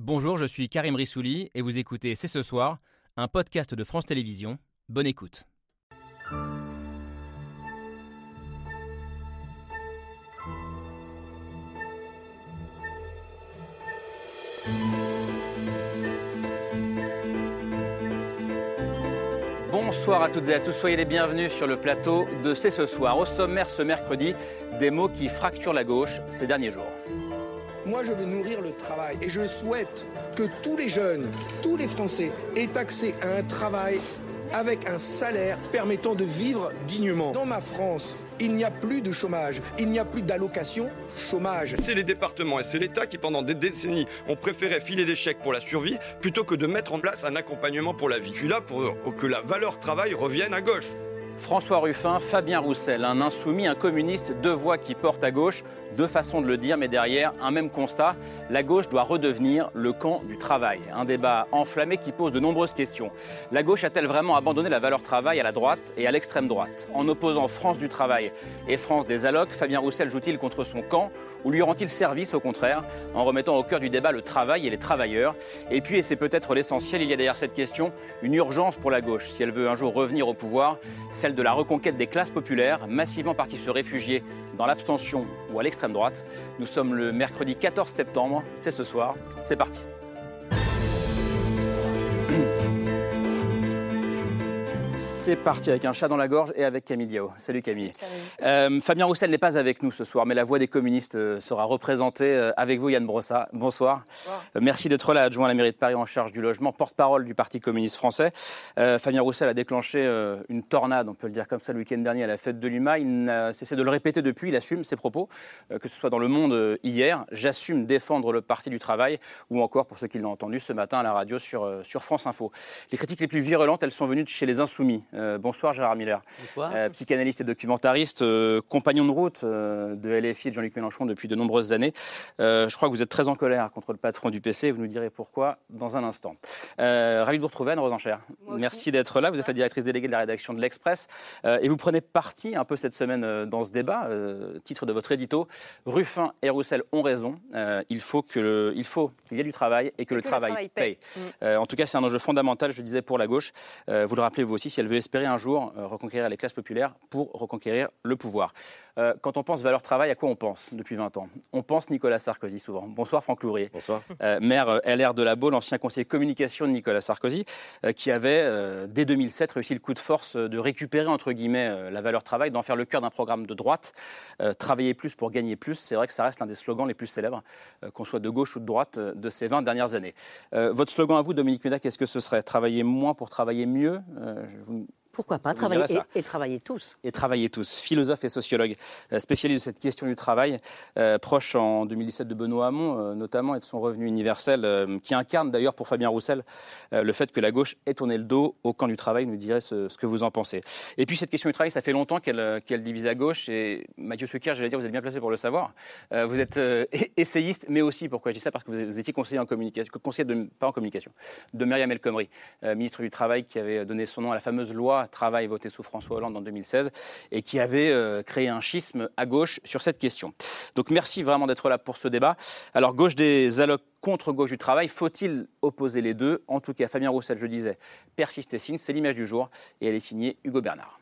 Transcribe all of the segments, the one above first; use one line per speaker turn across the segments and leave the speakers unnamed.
Bonjour, je suis Karim Rissouli et vous écoutez C'est ce soir, un podcast de France Télévisions. Bonne écoute. Bonsoir à toutes et à tous, soyez les bienvenus sur le plateau de C'est ce soir. Au sommaire ce mercredi, des mots qui fracturent la gauche ces derniers jours.
Moi, je veux nourrir le travail et je souhaite que tous les jeunes, tous les Français aient accès à un travail avec un salaire permettant de vivre dignement. Dans ma France, il n'y a plus de chômage, il n'y a plus d'allocation chômage.
C'est les départements et c'est l'État qui, pendant des décennies, ont préféré filer des chèques pour la survie plutôt que de mettre en place un accompagnement pour la vie. Je suis là pour que la valeur travail revienne à gauche.
François Ruffin, Fabien Roussel, un insoumis, un communiste, deux voix qui portent à gauche, deux façons de le dire, mais derrière un même constat, la gauche doit redevenir le camp du travail. Un débat enflammé qui pose de nombreuses questions. La gauche a-t-elle vraiment abandonné la valeur travail à la droite et à l'extrême droite? En opposant France du travail et France des allocs, Fabien Roussel joue-t-il contre son camp ou lui rend-il service au contraire, en remettant au cœur du débat le travail et les travailleurs? Et puis, et c'est peut-être l'essentiel, il y a derrière cette question une urgence pour la gauche, si elle veut un jour revenir au pouvoir, celle de la reconquête des classes populaires, massivement parties se réfugier dans l'abstention ou à l'extrême droite. Nous sommes le mercredi 14 septembre, c'est ce soir, c'est parti. C'est parti avec un chat dans la gorge et avec Camille Diao. Salut Camille. Salut. Fabien Roussel n'est pas avec nous ce soir, mais la voix des communistes sera représentée avec vous, Yann Brossat. Bonsoir. Merci d'être là, adjoint à la mairie de Paris en charge du logement, porte-parole du Parti communiste français. Fabien Roussel a déclenché une tornade, on peut le dire comme ça, le week-end dernier à la fête de l'UMA. Il n'a cessé de le répéter depuis, il assume ses propos, que ce soit dans Le Monde hier, j'assume défendre le Parti du travail, ou encore, pour ceux qui l'ont entendu ce matin à la radio sur France Info. Les critiques les plus virulentes, elles sont venues de chez les Insoumis. Bonsoir Gérard Miller.
Bonsoir.
Psychanalyste et documentariste, compagnon de route de LFI et de Jean-Luc Mélenchon depuis de nombreuses années. Je crois que vous êtes très en colère contre le patron du PC, vous nous direz pourquoi dans un instant. Ravi de vous retrouver, Anne Rosenchère. Merci d'être là, vous êtes la directrice déléguée de la rédaction de l'Express et vous prenez parti un peu cette semaine dans ce débat, titre de votre édito, Ruffin et Roussel ont raison, il faut qu'il y ait du travail et que le travail paye. En tout cas, c'est un enjeu fondamental, je disais, pour la gauche. Vous le rappelez vous aussi, si elle veut espérer un jour reconquérir les classes populaires pour reconquérir le pouvoir. Quand on pense valeur travail, à quoi on pense depuis 20 ans? On pense Nicolas Sarkozy souvent. Bonsoir Franck Louvrier.
Bonsoir.
Maire LR de la Baule, ancien conseiller communication de Nicolas Sarkozy, qui avait, dès 2007, réussi le coup de force de récupérer, entre guillemets, la valeur travail, d'en faire le cœur d'un programme de droite. Travailler plus pour gagner plus, c'est vrai que ça reste l'un des slogans les plus célèbres, qu'on soit de gauche ou de droite, de ces 20 dernières années. Votre slogan à vous, Dominique Méda, qu'est-ce que ce serait? Travailler moins pour travailler mieux?
Pourquoi pas travailler et travailler tous.
Et travailler tous. Philosophe et sociologue, spécialiste de cette question du travail, proche en 2017 de Benoît Hamon, notamment, et de son revenu universel, qui incarne d'ailleurs pour Fabien Roussel le fait que la gauche ait tourné le dos au camp du travail. Nous direz ce que vous en pensez. Et puis cette question du travail, ça fait longtemps qu'elle divise à gauche. Et Mathieu Suquier, j'allais dire, vous êtes bien placé pour le savoir. Vous êtes essayiste, mais aussi, pourquoi je dis ça? Parce que vous étiez conseiller en communication, pas en communication, de Myriam El Khomri, ministre du Travail, qui avait donné son nom à la fameuse loi Travail votée sous François Hollande en 2016 et qui avait créé un schisme à gauche sur cette question. Donc merci vraiment d'être là pour ce débat. Alors gauche des allocs contre gauche du travail, faut-il opposer les deux? En tout cas, Fabien Roussel, je disais, persiste et signe, c'est l'image du jour et elle est signée Hugo Bernard.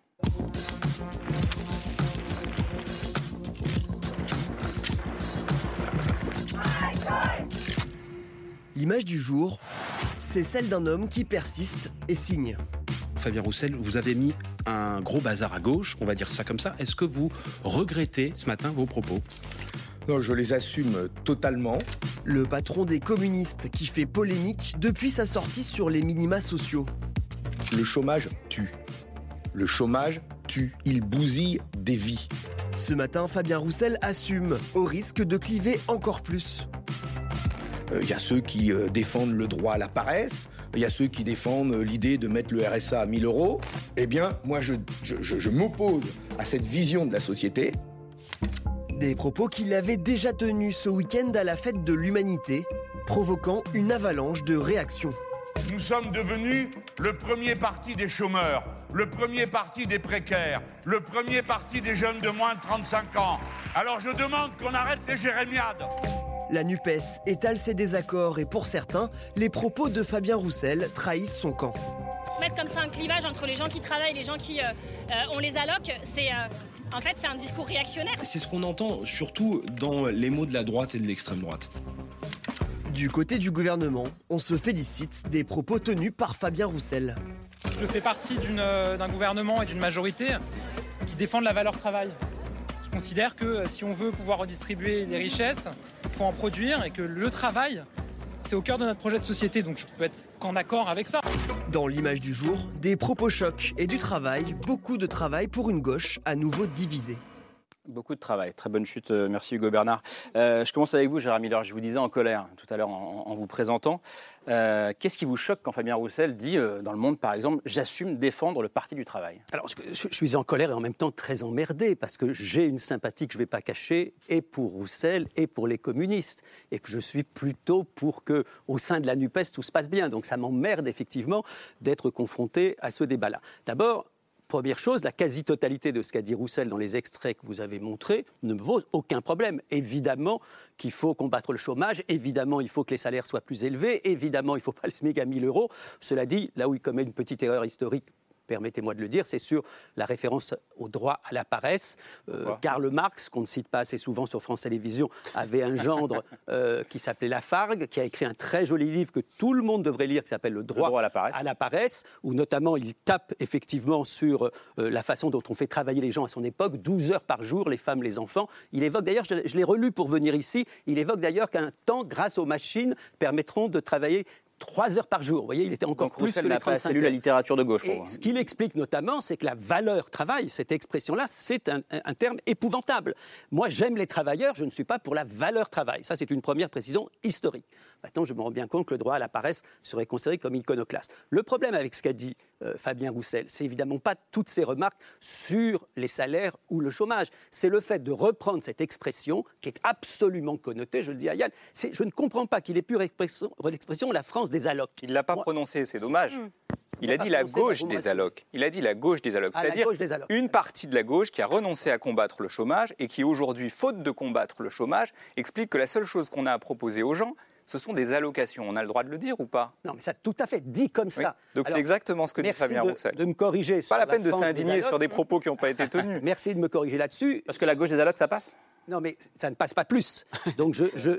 L'image du jour, c'est celle d'un homme qui persiste et signe.
Fabien Roussel, vous avez mis un gros bazar à gauche, on va dire ça comme ça. Est-ce que vous regrettez ce matin vos propos?
Non, je les assume totalement.
Le patron des communistes qui fait polémique depuis sa sortie sur les minima sociaux.
Le chômage tue. Le chômage tue. Il bousille des vies.
Ce matin, Fabien Roussel assume, au risque de cliver encore plus.
Il y a ceux qui défendent le droit à la paresse. Il y a ceux qui défendent l'idée de mettre le RSA à 1 000 €. Eh bien, moi, je m'oppose à cette vision de la société.
Des propos qu'il avait déjà tenus ce week-end à la fête de l'Humanité, provoquant une avalanche de réactions.
Nous sommes devenus le premier parti des chômeurs, le premier parti des précaires, le premier parti des jeunes de moins de 35 ans. Alors je demande qu'on arrête les jérémiades.
La NUPES étale ses désaccords et pour certains, les propos de Fabien Roussel trahissent son camp.
Mettre comme ça un clivage entre les gens qui travaillent et les gens qui ont les allocs, c'est un discours réactionnaire.
C'est ce qu'on entend surtout dans les mots de la droite et de l'extrême droite.
Du côté du gouvernement, on se félicite des propos tenus par Fabien Roussel.
Je fais partie d'un gouvernement et d'une majorité qui défendent la valeur travail. Je considère que si on veut pouvoir redistribuer les richesses, il faut en produire et que le travail, c'est au cœur de notre projet de société. Donc je peux être qu'en accord avec ça.
Dans l'image du jour, des propos chocs et du travail, beaucoup de travail pour une gauche à nouveau divisée.
Beaucoup de travail, très bonne chute, merci Hugo Bernard. Je commence avec vous Gérard Miller, je vous disais en colère tout à l'heure en vous présentant. Qu'est-ce qui vous choque quand Fabien Roussel dit dans Le Monde par exemple « J'assume défendre le Parti du travail ».
Alors je suis en colère et en même temps très emmerdé parce que j'ai une sympathie que je ne vais pas cacher et pour Roussel et pour les communistes et que je suis plutôt pour qu'au sein de la NUPES tout se passe bien. Donc ça m'emmerde effectivement d'être confronté à ce débat-là. D'abord, première chose, la quasi-totalité de ce qu'a dit Roussel dans les extraits que vous avez montrés ne me pose aucun problème. Évidemment qu'il faut combattre le chômage, évidemment il faut que les salaires soient plus élevés, évidemment il ne faut pas le SMIC à 1 000 €. Cela dit, là où il commet une petite erreur historique, permettez-moi de le dire, c'est sur la référence au droit à la paresse. Karl Marx, qu'on ne cite pas assez souvent sur France Télévisions, avait un gendre qui s'appelait Lafargue, qui a écrit un très joli livre que tout le monde devrait lire, qui s'appelle Le droit à la paresse, où notamment il tape effectivement sur la façon dont on fait travailler les gens à son époque, 12 heures par jour, les femmes, les enfants. Il évoque d'ailleurs, je l'ai relu pour venir ici, il évoque d'ailleurs qu'un temps, grâce aux machines, permettront de travailler 3 heures par jour. Vous voyez, il était encore plus que les 35 heures.
La littérature de gauche.
Et ce qu'il explique notamment, c'est que la valeur travail, cette expression-là, c'est un terme épouvantable. Moi, j'aime les travailleurs, je ne suis pas pour la valeur travail. Ça, c'est une première précision historique. Maintenant, je me rends bien compte que le droit à la paresse serait considéré comme iconoclaste. Le problème avec ce qu'a dit Fabien Roussel, c'est évidemment pas toutes ces remarques sur les salaires ou le chômage. C'est le fait de reprendre cette expression qui est absolument connotée, je le dis à Yann. Je ne comprends pas qu'il ait pu l'expression la France des allocs.
Il ne l'a pas prononcé, c'est dommage. Il a dit la gauche des allocs. Il a dit la gauche des allocs, c'est-à-dire une partie de la gauche qui a renoncé à combattre le chômage et qui aujourd'hui, faute de combattre le chômage, explique que la seule chose qu'on a à proposer aux gens, ce sont des allocations. On a le droit de le dire ou pas?
Non, mais ça tout à fait dit comme ça.
Oui. Donc c'est exactement ce que dit Fabien Roussel.
De me corriger.
Pas la peine de s'indigner sur des propos qui n'ont pas été tenus.
Merci de me corriger là-dessus.
Parce que la gauche des allocs, ça passe?
Non, mais ça ne passe pas plus. Donc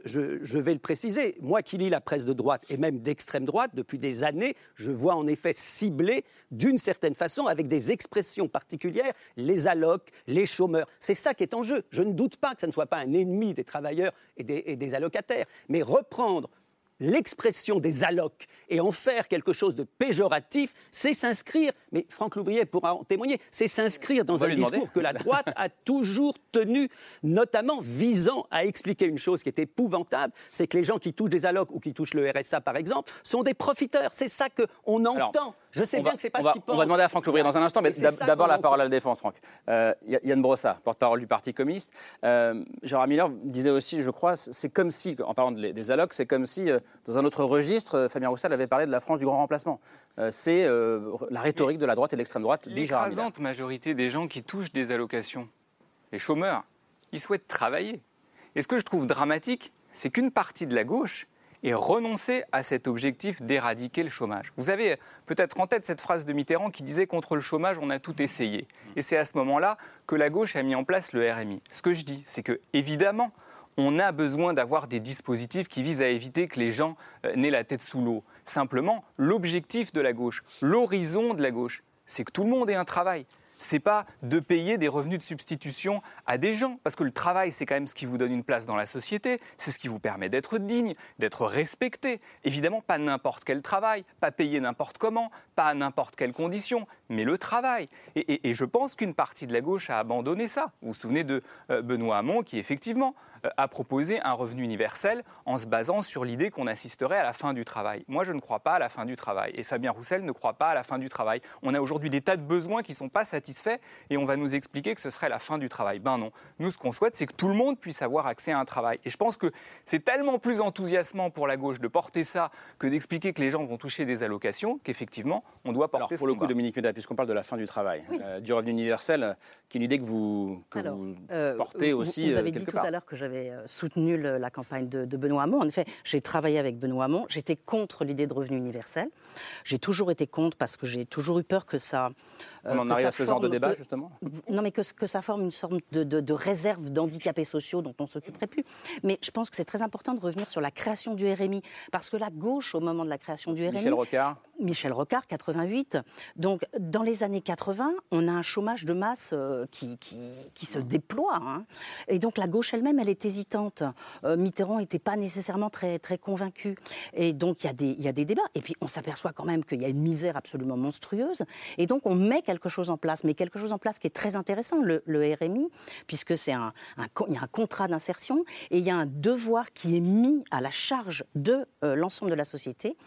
je vais le préciser. Moi qui lis la presse de droite et même d'extrême droite, depuis des années, je vois en effet cibler d'une certaine façon, avec des expressions particulières, les allocs, les chômeurs. C'est ça qui est en jeu. Je ne doute pas que ça ne soit pas un ennemi des travailleurs et des allocataires. Mais reprendre l'expression des allocs et en faire quelque chose de péjoratif, c'est s'inscrire, mais Franck Louvrier pourra en témoigner, c'est s'inscrire dans un discours que la droite a toujours tenu, notamment visant à expliquer une chose qui est épouvantable, c'est que les gens qui touchent des allocs ou qui touchent le RSA par exemple, sont des profiteurs. C'est ça qu'on entend. Alors, je sais bien que c'est pas ce qu'ils pensent.
On va demander à Franck Louvrier dans un instant, mais d'abord la parole à la défense, Franck. Yann Brossat, porte-parole du Parti communiste. Gérard Miller disait aussi, je crois, c'est comme si, en parlant des allocs, c'est comme si, dans un autre registre, Fabien Roussel avait parlé de la France du grand remplacement. C'est la rhétorique de la droite et de l'extrême droite, dit Gérard Miller.
L'écrasante majorité des gens qui touchent des allocations, les chômeurs, ils souhaitent travailler. Et ce que je trouve dramatique, c'est qu'une partie de la gauche ait renoncé à cet objectif d'éradiquer le chômage. Vous avez peut-être en tête cette phrase de Mitterrand qui disait « Contre le chômage, on a tout essayé ». Et c'est à ce moment-là que la gauche a mis en place le RMI. Ce que je dis, c'est que, évidemment, on a besoin d'avoir des dispositifs qui visent à éviter que les gens n'aient la tête sous l'eau. Simplement, l'objectif de la gauche, l'horizon de la gauche, c'est que tout le monde ait un travail. C'est pas de payer des revenus de substitution à des gens, parce que le travail, c'est quand même ce qui vous donne une place dans la société, c'est ce qui vous permet d'être digne, d'être respecté. Évidemment, pas n'importe quel travail, pas payé n'importe comment, pas à n'importe quelle condition, mais le travail. Et je pense qu'une partie de la gauche a abandonné ça. Vous vous souvenez de Benoît Hamon, qui effectivement a proposé un revenu universel en se basant sur l'idée qu'on assisterait à la fin du travail. Moi, je ne crois pas à la fin du travail. Et Fabien Roussel ne croit pas à la fin du travail. On a aujourd'hui des tas de besoins qui ne sont pas satisfaits et on va nous expliquer que ce serait la fin du travail. Ben non. Nous, ce qu'on souhaite, c'est que tout le monde puisse avoir accès à un travail. Et je pense que c'est tellement plus enthousiasmant pour la gauche de porter ça que d'expliquer que les gens vont toucher des allocations qu'effectivement, on doit porter
Alors, pour le coup, Dominique Méda, puisqu'on parle de la fin du travail, du revenu universel, qui est une idée que vous portez aussi
Vous avez dit
quelque
tout
part.
à l'heure que j'avais soutenu la campagne de Benoît Hamon. En effet, j'ai travaillé avec Benoît Hamon. J'étais contre l'idée de revenu universel. J'ai toujours été contre parce que j'ai toujours eu peur que ça...
On en arrive à ce genre de débat, justement.
Non, mais que ça forme une sorte de réserve d'handicapés sociaux dont on ne s'occuperait plus. Mais je pense que c'est très important de revenir sur la création du RMI. Parce que la gauche, au moment de la création du RMI... Michel Rocard, 88. Donc, dans les années 80, on a un chômage de masse qui se déploie. Hein. Et donc, la gauche elle-même, elle est hésitante. Mitterrand n'était pas nécessairement très, très convaincu. Et donc, il y a des débats. Et puis, on s'aperçoit quand même qu'il y a une misère absolument monstrueuse. Et donc, on met quelque chose en place. Mais quelque chose en place qui est très intéressant, le RMI, puisque il y a un contrat d'insertion et il y a un devoir qui est mis à la charge de l'ensemble de la société.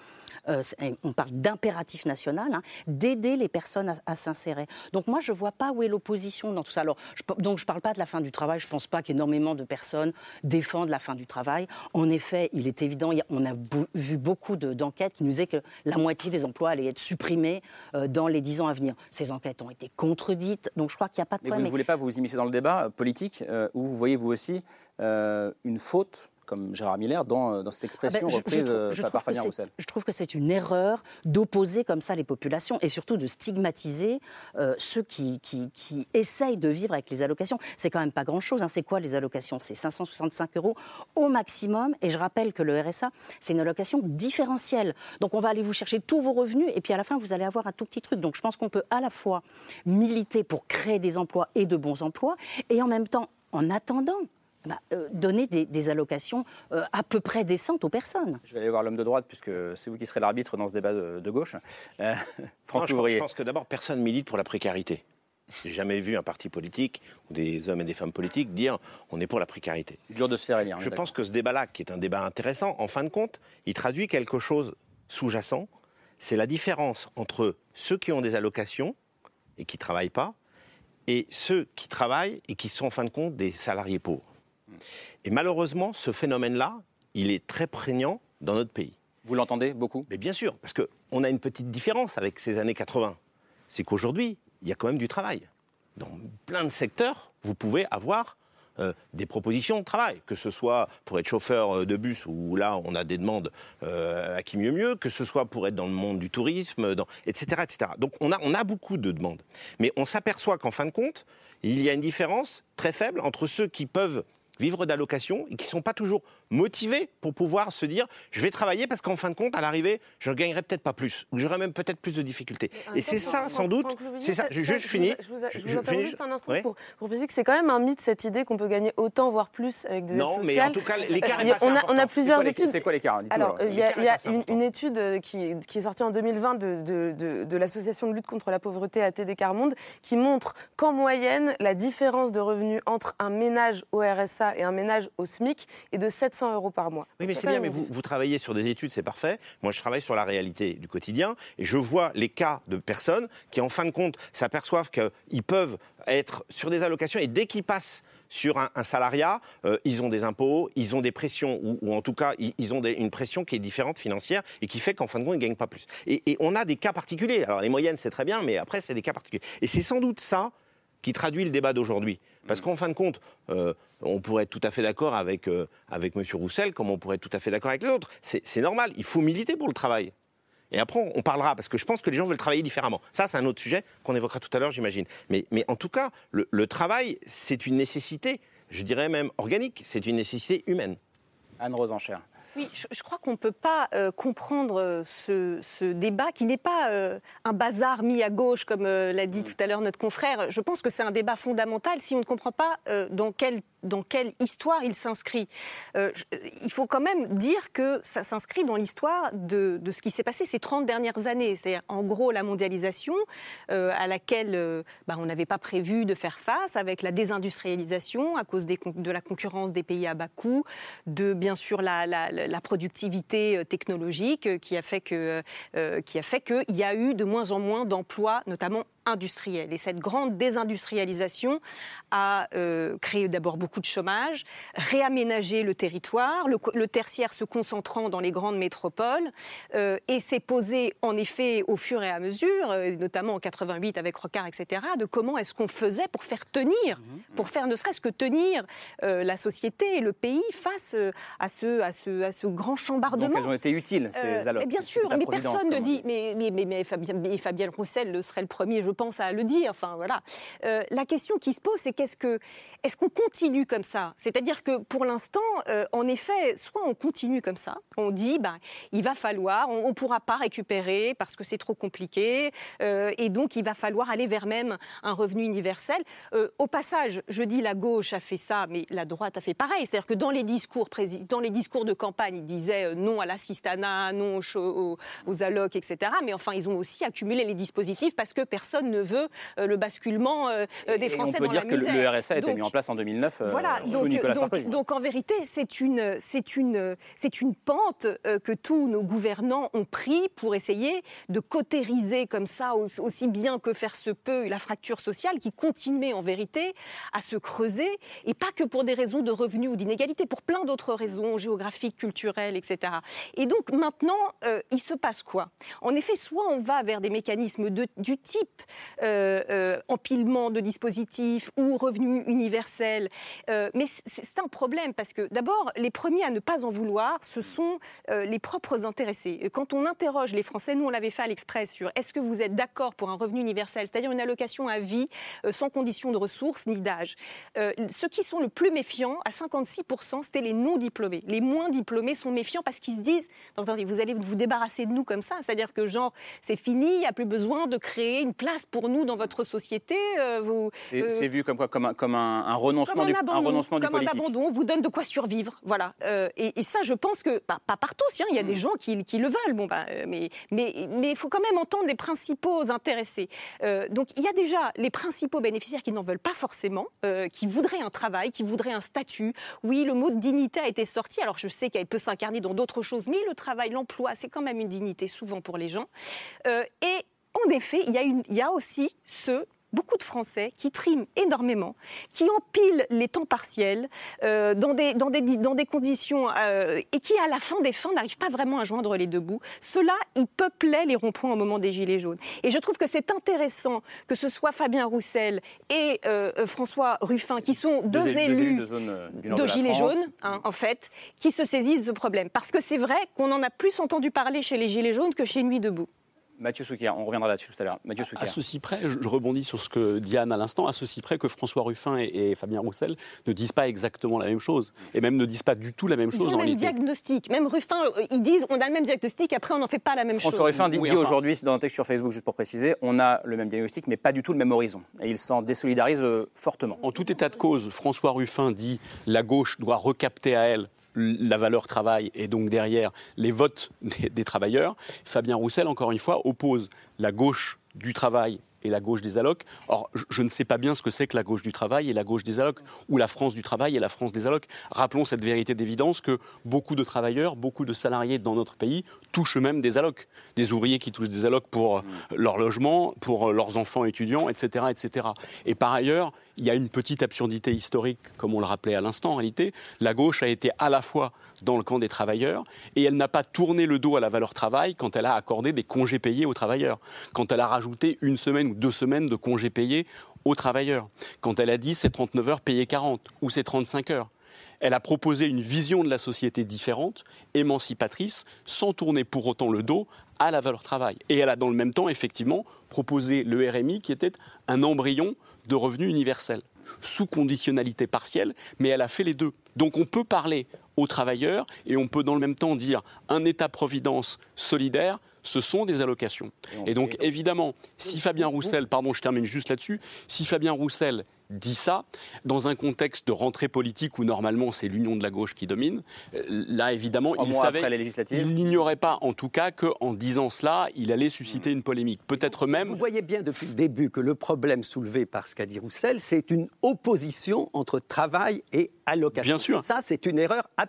On parle d'impératif national, hein, d'aider les personnes à s'insérer. Donc moi, je ne vois pas où est l'opposition dans tout ça. Alors, je ne parle pas de la fin du travail. Je ne pense pas qu'énormément de personnes défendent la fin du travail. En effet, il est évident, on a vu beaucoup d'enquêtes qui nous disaient que la moitié des emplois allaient être supprimés dans les 10 ans à venir. Ces enquêtes ont été contredites. Donc je crois qu'il n'y a pas de problème.
Mais vous ne voulez pas vous immiscer dans le débat politique où vous voyez, vous aussi, une faute comme Gérard Miller, dans cette expression reprise par Fabien Roussel.
Je trouve que c'est une erreur d'opposer comme ça les populations et surtout de stigmatiser ceux qui essayent de vivre avec les allocations. C'est quand même pas grand-chose. Hein. C'est quoi les allocations ? C'est 565 € au maximum. Et je rappelle que le RSA, c'est une allocation différentielle. Donc on va aller vous chercher tous vos revenus et puis à la fin, vous allez avoir un tout petit truc. Donc je pense qu'on peut à la fois militer pour créer des emplois et de bons emplois et en même temps, en attendant, donner des allocations à peu près décentes aux personnes.
Je vais aller voir l'homme de droite, puisque c'est vous qui serez l'arbitre dans ce débat de gauche. Franck Louvrier.
Je pense que d'abord, personne milite pour la précarité. J'ai jamais vu un parti politique ou des hommes et des femmes politiques dire on est pour la précarité.
Dur de se faire élire.
Je pense que ce débat-là, qui est un débat intéressant, en fin de compte, il traduit quelque chose sous-jacent. C'est la différence entre ceux qui ont des allocations et qui ne travaillent pas et ceux qui travaillent et qui sont en fin de compte des salariés pauvres. Et malheureusement, ce phénomène-là, il est très prégnant dans notre pays.
Vous l'entendez beaucoup ?
Mais bien sûr, parce qu'on a une petite différence avec ces années 80. C'est qu'aujourd'hui, il y a quand même du travail. Dans plein de secteurs, vous pouvez avoir des propositions de travail, que ce soit pour être chauffeur de bus, où là, on a des demandes à qui mieux, que ce soit pour être dans le monde du tourisme, etc., etc. Donc, on a beaucoup de demandes. Mais on s'aperçoit qu'en fin de compte, il y a une différence très faible entre ceux qui peuvent vivre d'allocations et qui ne sont pas toujours motivés pour pouvoir se dire je vais travailler parce qu'en fin de compte, à l'arrivée, je ne gagnerai peut-être pas plus, ou j'aurai même peut-être plus de difficultés. Et c'est ça, sans doute, c'est ça. Je finis.
Je vous interromps juste un instant pour préciser que c'est quand même un mythe, cette idée qu'on peut gagner autant, voire plus avec des aides sociales.
Non, mais en tout cas, l'écart est pas
on a plusieurs études.
C'est quoi l'écart ?
Alors, il y a une étude qui est sortie en 2020 de l'association de lutte contre la pauvreté ATD Quart Monde qui montre qu'en moyenne, la différence de revenus entre un ménage au RSA et un ménage au SMIC est de 700 € par mois.
Oui, mais c'est bien, mais vous travaillez sur des études, c'est parfait. Moi, je travaille sur la réalité du quotidien et je vois les cas de personnes qui, en fin de compte, s'aperçoivent qu'ils peuvent être sur des allocations et dès qu'ils passent sur un salariat, ils ont des impôts, ils ont des pressions, ou en tout cas, ils ont une pression qui est différente financière et qui fait qu'en fin de compte, ils ne gagnent pas plus. Et on a des cas particuliers. Alors, les moyennes, c'est très bien, mais après, c'est des cas particuliers. Et c'est sans doute ça qui traduit le débat d'aujourd'hui. Parce qu'en fin de compte, on pourrait être tout à fait d'accord avec M. Roussel, comme on pourrait être tout à fait d'accord avec les autres. C'est normal, il faut militer pour le travail. Et après, on parlera, parce que je pense que les gens veulent travailler différemment. Ça, c'est un autre sujet qu'on évoquera tout à l'heure, j'imagine. Mais en tout cas, le travail, c'est une nécessité, je dirais même organique, c'est une nécessité humaine.
Anne-Rose Encher.
Oui, je crois qu'on ne peut pas comprendre ce débat qui n'est pas un bazar mis à gauche, comme l'a dit tout à l'heure notre confrère. Je pense que c'est un débat fondamental si on ne comprend pas dans quelle histoire il s'inscrit. Il faut quand même dire que ça s'inscrit dans l'histoire de ce qui s'est passé ces 30 dernières années. C'est-à-dire, en gros, la mondialisation à laquelle on n'avait pas prévu de faire face, avec la désindustrialisation à cause de la concurrence des pays à bas coût, de, bien sûr, la productivité technologique qui a fait qu'il y a eu de moins en moins d'emplois, notamment industrielle. Et cette grande désindustrialisation a créé d'abord beaucoup de chômage, réaménagé le territoire, le tertiaire se concentrant dans les grandes métropoles, et s'est posé en effet au fur et à mesure, notamment en 88 avec Rocard, etc., de comment est-ce qu'on faisait pour faire tenir, pour faire ne serait-ce que tenir la société et le pays face à ce grand chambardement.
Donc elles ont été utiles, ces allocs.
Bien sûr, mais personne ne dit, mais Fabien Roussel serait le premier, je pense, à le dire. Enfin, voilà. La question qui se pose, c'est est-ce qu'on continue comme ça ? C'est-à-dire que pour l'instant, en effet, soit on continue comme ça, on dit, il va falloir, on ne pourra pas récupérer parce que c'est trop compliqué, et donc il va falloir aller vers même un revenu universel. Au passage, je dis la gauche a fait ça, mais la droite a fait pareil. C'est-à-dire que dans les discours de campagne, ils disaient non à l'assistanat, non aux allocs, etc. Mais enfin, ils ont aussi accumulé les dispositifs parce que personne ne veut le basculement des Français dans la misère.
On peut dire que le RSA a été mis en place en 2009 sous Nicolas Sarkozy.
Donc en vérité, c'est une pente que tous nos gouvernants ont pris pour essayer de cautériser comme ça, aussi bien que faire se peut, la fracture sociale qui continuait en vérité à se creuser, et pas que pour des raisons de revenus ou d'inégalité, pour plein d'autres raisons géographiques, culturelles, etc. Et donc maintenant, il se passe quoi ? En effet, soit on va vers des mécanismes du type empilement de dispositifs ou revenu universel, mais c'est un problème parce que d'abord, les premiers à ne pas en vouloir, ce sont les propres intéressés. Quand on interroge les Français, nous on l'avait fait à l'Express sur est-ce que vous êtes d'accord pour un revenu universel, c'est-à-dire une allocation à vie sans condition de ressources ni d'âge. Ceux qui sont le plus méfiants, à 56%, c'était les non-diplômés. Les moins diplômés sont méfiants parce qu'ils se disent attendez, vous allez vous débarrasser de nous comme ça, c'est-à-dire que genre c'est fini, il n'y a plus besoin de créer une place pour nous dans votre société.
C'est vu comme quoi, comme un renoncement du politique.
Comme un abandon, on vous donne de quoi survivre, voilà. Et ça, je pense que pas partout, il y a des gens qui le veulent, mais il faut quand même entendre les principaux intéressés. Donc il y a déjà les principaux bénéficiaires qui n'en veulent pas forcément, qui voudraient un travail, qui voudraient un statut. Oui, le mot de dignité a été sorti. Alors je sais qu'elle peut s'incarner dans d'autres choses, mais le travail, l'emploi, c'est quand même une dignité souvent pour les gens. Et en effet, il y a aussi beaucoup de Français qui triment énormément, qui empilent les temps partiels dans des conditions et qui, à la fin des fins, n'arrivent pas vraiment à joindre les deux bouts. Cela, ils peuplaient les ronds-points au moment des Gilets jaunes. Et je trouve que c'est intéressant que ce soit Fabien Roussel et François Ruffin, qui sont deux élus de Gilets jaunes, en fait, qui se saisissent de ce problème. Parce que c'est vrai qu'on en a plus entendu parler chez les Gilets jaunes que chez Nuit debout.
Mathieu Souquier, on reviendra là-dessus tout à l'heure. Mathieu Souquier.
À ceci près, je rebondis sur ce que Diane à l'instant, à ceci près que François Ruffin et Fabien Roussel ne disent pas exactement la même chose, et même ne disent pas du tout la même chose en réalité.
Ils ont le même diagnostic. Même Ruffin, ils disent on a le même diagnostic, après on n'en fait pas la même chose.
François Ruffin dit aujourd'hui, dans un texte sur Facebook, juste pour préciser, on a le même diagnostic, mais pas du tout le même horizon. Et il s'en désolidarise fortement.
En tout état de cause, François Ruffin dit la gauche doit recapter à elle la valeur travail et donc derrière les votes des travailleurs. Fabien Roussel, encore une fois, oppose la gauche du travail et la gauche des allocs. Or, je ne sais pas bien ce que c'est que la gauche du travail et la gauche des allocs, ou la France du travail et la France des allocs. Rappelons cette vérité d'évidence que beaucoup de travailleurs, beaucoup de salariés dans notre pays touchent eux-mêmes des allocs. Des ouvriers qui touchent des allocs pour leur logement, pour leurs enfants étudiants, etc., etc. Et par ailleurs, il y a une petite absurdité historique, comme on le rappelait à l'instant en réalité. La gauche a été à la fois dans le camp des travailleurs et elle n'a pas tourné le dos à la valeur travail quand elle a accordé des congés payés aux travailleurs, quand elle a rajouté 1 semaine ou 2 semaines de congés payés aux travailleurs, quand elle a dit c'est 39 heures payées 40 ou c'est 35 heures. Elle a proposé une vision de la société différente, émancipatrice, sans tourner pour autant le dos à la valeur travail. Et elle a dans le même temps, effectivement, proposé le RMI qui était un embryon de revenu universel, sous conditionnalité partielle, mais elle a fait les deux. Donc on peut parler aux travailleurs et on peut dans le même temps dire un État-providence solidaire, ce sont des allocations. Et donc évidemment, si Fabien Roussel, pardon je termine juste là-dessus, si Fabien Roussel dit ça, dans un contexte de rentrée politique où normalement c'est l'union de la gauche qui domine, là évidemment il n'ignorait pas en tout cas qu'en disant cela, il allait susciter une polémique. Peut-être même...
Vous voyez bien depuis le début que le problème soulevé par ce qu'a dit Roussel, c'est une opposition entre travail et allocation.
Bien sûr.
Ça, c'est une erreur absolue.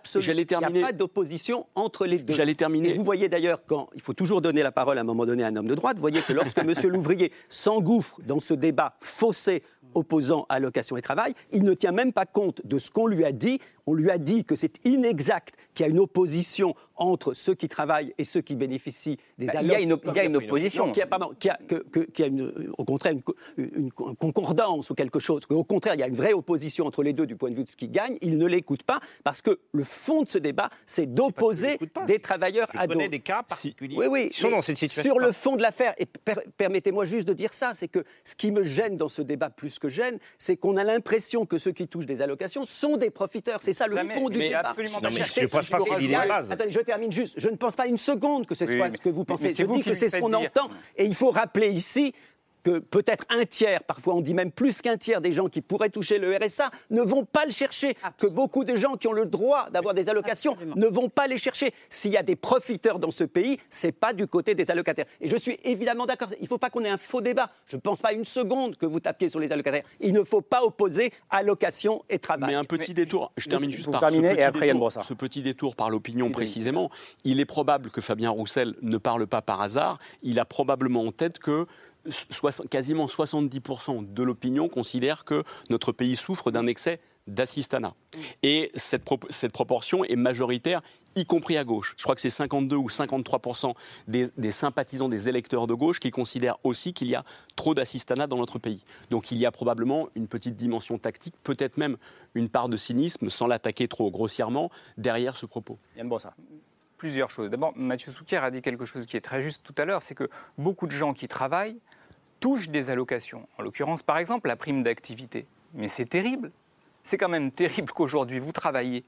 absolue.
J'allais terminer.
Il n'y a pas d'opposition entre les deux.
J'allais terminer.
Et vous voyez d'ailleurs, il faut toujours donner la parole à un moment donné à un homme de droite, vous voyez que lorsque M. Louvrier s'engouffre dans ce débat faussé opposant allocation et travail, il ne tient même pas compte de ce qu'on lui a dit. On lui a dit que c'est inexact, qu'il y a une opposition entre ceux qui travaillent et ceux qui bénéficient des allocations.
Il y a une opposition.
Non, qu'il y a au contraire une concordance ou quelque chose. Qu'au contraire, il y a une vraie opposition entre les deux du point de vue de ce qui gagne. Il ne l'écoute pas parce que le fond de ce débat, c'est d'opposer des travailleurs à d'autres.
Je connais des cas particuliers
qui
sont dans cette situation.
Sur le fond de l'affaire, et permettez-moi juste de dire ça, c'est que ce qui me gêne dans ce débat plus que gêne, c'est qu'on a l'impression que ceux qui touchent des allocations sont des profiteurs. C'est ça le fond du débat.
Absolument pas. Je ne pense pas que c'est l'idée de base.
Attendez, je termine juste. Je ne pense pas une seconde que ce soit ce que vous pensez. Je dis que c'est ce qu'on entend. Et il faut rappeler ici que peut-être un tiers, parfois on dit même plus qu'un tiers des gens qui pourraient toucher le RSA ne vont pas le chercher, que beaucoup de gens qui ont le droit d'avoir des allocations ne vont pas les chercher. S'il y a des profiteurs dans ce pays, c'est pas du côté des allocataires. Et je suis évidemment d'accord, il ne faut pas qu'on ait un faux débat. Je ne pense pas une seconde que vous tapiez sur les allocataires. Il ne faut pas opposer allocation et travail.
Mais un petit détour, je termine juste par
ce
petit détour par l'opinion précisément. Il est probable que Fabien Roussel ne parle pas par hasard. Il a probablement en tête que quasiment 70% de l'opinion considère que notre pays souffre d'un excès d'assistanat. Et cette proportion est majoritaire, y compris à gauche. Je crois que c'est 52 ou 53% des sympathisants, des électeurs de gauche qui considèrent aussi qu'il y a trop d'assistanat dans notre pays. Donc il y a probablement une petite dimension tactique, peut-être même une part de cynisme, sans l'attaquer trop grossièrement, derrière ce propos.
Yann Brossard.
Plusieurs choses. D'abord, Mathieu Souquier a dit quelque chose qui est très juste tout à l'heure, c'est que beaucoup de gens qui travaillent touchent des allocations. En l'occurrence, par exemple, la prime d'activité. Mais c'est terrible. C'est quand même terrible qu'aujourd'hui, vous travaillez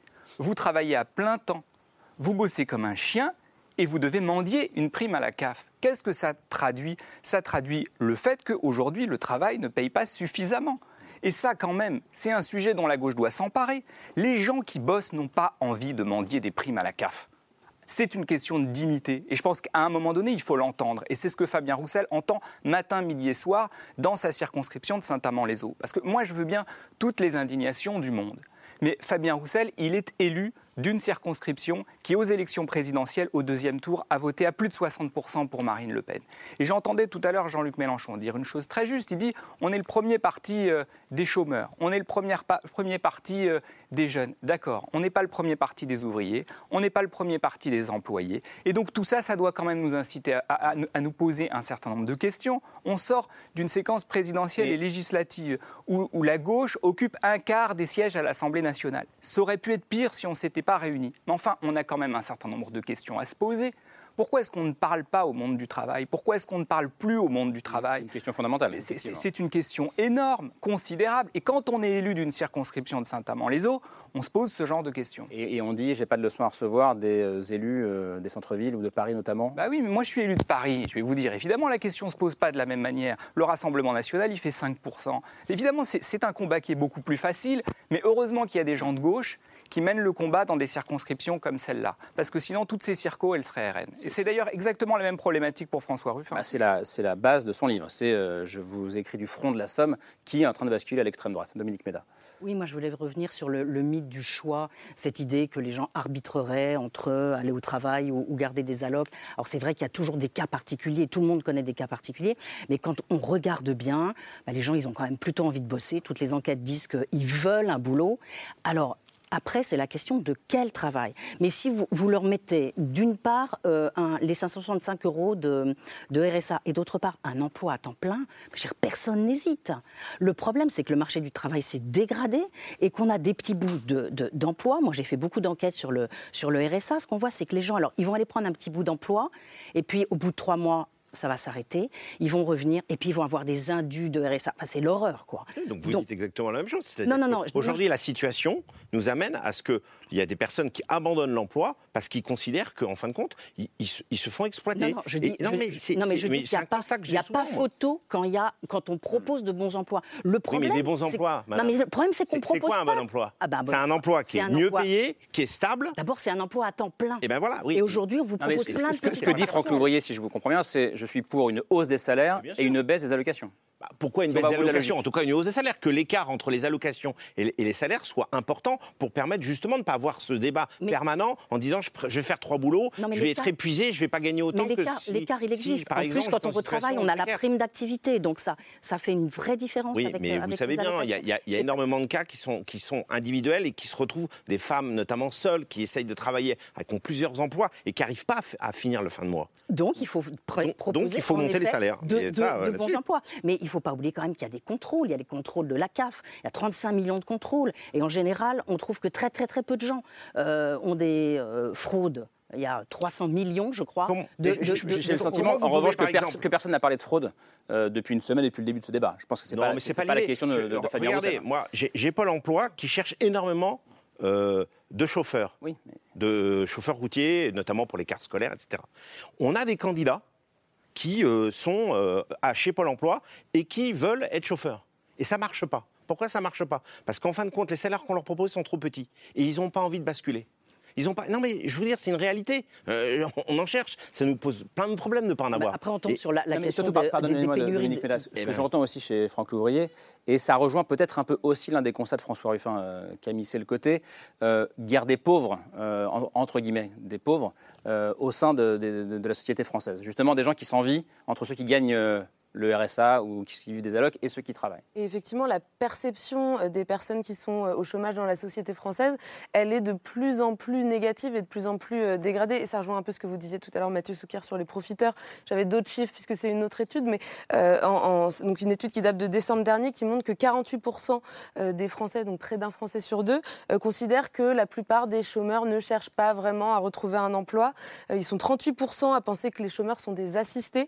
à plein temps, vous bossez comme un chien et vous devez mendier une prime à la CAF. Qu'est-ce que ça traduit ? Ça traduit le fait qu'aujourd'hui, le travail ne paye pas suffisamment. Et ça, quand même, c'est un sujet dont la gauche doit s'emparer. Les gens qui bossent n'ont pas envie de mendier des primes à la CAF. C'est une question de dignité. Et je pense qu'à un moment donné, il faut l'entendre. Et c'est ce que Fabien Roussel entend matin, midi et soir dans sa circonscription de Saint-Amand-les-Eaux. Parce que moi, je veux bien toutes les indignations du monde. Mais Fabien Roussel, il est élu d'une circonscription qui, aux élections présidentielles, au deuxième tour, a voté à plus de 60% pour Marine Le Pen. Et j'entendais tout à l'heure Jean-Luc Mélenchon dire une chose très juste. Il dit « on est le premier parti des chômeurs, on est le premier parti des jeunes ». D'accord, on n'est pas le premier parti des ouvriers, on n'est pas le premier parti des employés. Et donc tout ça, ça doit quand même nous inciter à nous poser un certain nombre de questions. On sort d'une séquence présidentielle et législative où la gauche occupe un quart des sièges à l'Assemblée nationale. Ça aurait pu être pire si on s'était pas réunis. Mais enfin, on a quand même un certain nombre de questions à se poser. Pourquoi est-ce qu'on ne parle pas au monde du travail ? Pourquoi est-ce qu'on ne parle plus au monde du travail ?
C'est une question fondamentale.
C'est une question énorme, considérable. Et quand on est élu d'une circonscription de Saint-Amand-les-Eaux, on se pose ce genre de questions.
Et on dit, j'ai pas de leçon à recevoir des élus des centres-villes ou de Paris notamment.
Bah oui, mais moi je suis élu de Paris. Je vais vous dire, évidemment, la question ne se pose pas de la même manière. Le Rassemblement national, il fait 5%. Évidemment, c'est un combat qui est beaucoup plus facile. Mais heureusement qu'il y a des gens de gauche qui mènent le combat dans des circonscriptions comme celle-là. Parce que sinon, toutes ces circos, elles seraient RN. Et c'est d'ailleurs exactement la même problématique pour François Ruffin.
C'est la base de son livre. C'est je vous écris du front de la Somme qui est en train de basculer à l'extrême droite. Dominique Méda.
Oui, moi je voulais revenir sur le mythe du choix, cette idée que les gens arbitreraient entre aller au travail ou garder des allocs. Alors c'est vrai qu'il y a toujours des cas particuliers, tout le monde connaît des cas particuliers, mais quand on regarde bien, les gens ils ont quand même plutôt envie de bosser. Toutes les enquêtes disent qu'ils veulent un boulot. Alors après, c'est la question de quel travail. Mais si vous leur mettez, d'une part, les 565 € de RSA et d'autre part, un emploi à temps plein, personne n'hésite. Le problème, c'est que le marché du travail s'est dégradé et qu'on a des petits bouts d'emploi. Moi, j'ai fait beaucoup d'enquêtes sur le RSA. Ce qu'on voit, c'est que les gens, alors, ils vont aller prendre un petit bout d'emploi et puis, au bout de 3 mois, ça va s'arrêter, ils vont revenir et puis ils vont avoir des indus de RSA. Enfin, c'est l'horreur, quoi.
Donc vous dites exactement la même chose.
Non.
Aujourd'hui, la situation nous amène à ce qu'il y a des personnes qui abandonnent l'emploi parce qu'ils considèrent qu'en fin de compte, ils se font exploiter.
Je dis qu'il n'y a pas photo quand on propose de bons emplois. Le problème,
mais des bons emplois.
Le problème, c'est qu'on propose pas.
C'est quoi un bon emploi ? C'est un emploi qui est mieux payé, qui est stable.
D'abord, c'est un emploi à temps plein.
Et ben voilà. Oui.
Et aujourd'hui, on vous propose plein de
Ce que dit Franck Louvrier, si je vous comprends bien, c'est je suis pour une hausse des salaires et une baisse des allocations.
Pourquoi une baisse des allocations ? En tout cas, une hausse des salaires. Que l'écart entre les allocations et les salaires soit important pour permettre justement de ne pas avoir ce débat permanent en disant je vais faire 3 boulots, je vais être épuisé, je ne vais pas gagner autant que si...
L'écart, il existe. En plus, quand on retravaille, on a la prime d'activité. Donc ça fait une vraie différence avec les allocations.
Vous savez bien, il y a énormément de cas qui sont individuels et qui se retrouvent, des femmes notamment seules, qui essayent de travailler, qui ont plusieurs emplois et qui n'arrivent pas à finir le fin de mois.
Donc il faut
monter les salaires.
De bons emplois. Mais il ne faut pas oublier quand même qu'il y a des contrôles. Il y a les contrôles de la CAF. Il y a 35 millions de contrôles. Et en général, on trouve que très, très, très peu de gens ont des fraudes. Il y a 300 millions, je crois.
J'ai le sentiment, en revanche, que personne n'a parlé de fraude depuis une semaine, depuis le début de ce débat. Je pense que c'est pas la question de Fabien Roussel.
Regardez, moi, j'ai Pôle emploi qui cherche énormément de chauffeurs, de chauffeurs routiers, notamment pour les cartes scolaires, etc. On a des candidats qui sont chez Pôle emploi et qui veulent être chauffeurs. Et ça ne marche pas. Pourquoi ça ne marche pas ? Parce qu'en fin de compte, les salaires qu'on leur propose sont trop petits. Et ils n'ont pas envie de basculer. Ils ont pas... Non mais je veux dire, c'est une réalité. On en cherche. Ça nous pose plein de problèmes de ne pas en avoir.
Après, on tombe sur la question
pardonnez-moi, Dominique Médas, ce que j'entends aussi chez Franck Louvrier, et ça rejoint peut-être un peu aussi l'un des constats de François Ruffin, qui a mis c'est le côté guerre des pauvres, entre guillemets, des pauvres, au sein de la société française. Justement, des gens qui s'envient entre ceux qui gagnent le RSA ou qui vivent des allocs et ceux qui travaillent.
Et effectivement, la perception des personnes qui sont au chômage dans la société française, elle est de plus en plus négative et de plus en plus dégradée. Et ça rejoint un peu ce que vous disiez tout à l'heure, Mathieu Souquier, sur les profiteurs. J'avais d'autres chiffres puisque c'est une autre étude, mais donc une étude qui date de décembre dernier qui montre que 48% des Français, donc près d'un Français sur deux, considèrent que la plupart des chômeurs ne cherchent pas vraiment à retrouver un emploi. Ils sont 38% à penser que les chômeurs sont des assistés,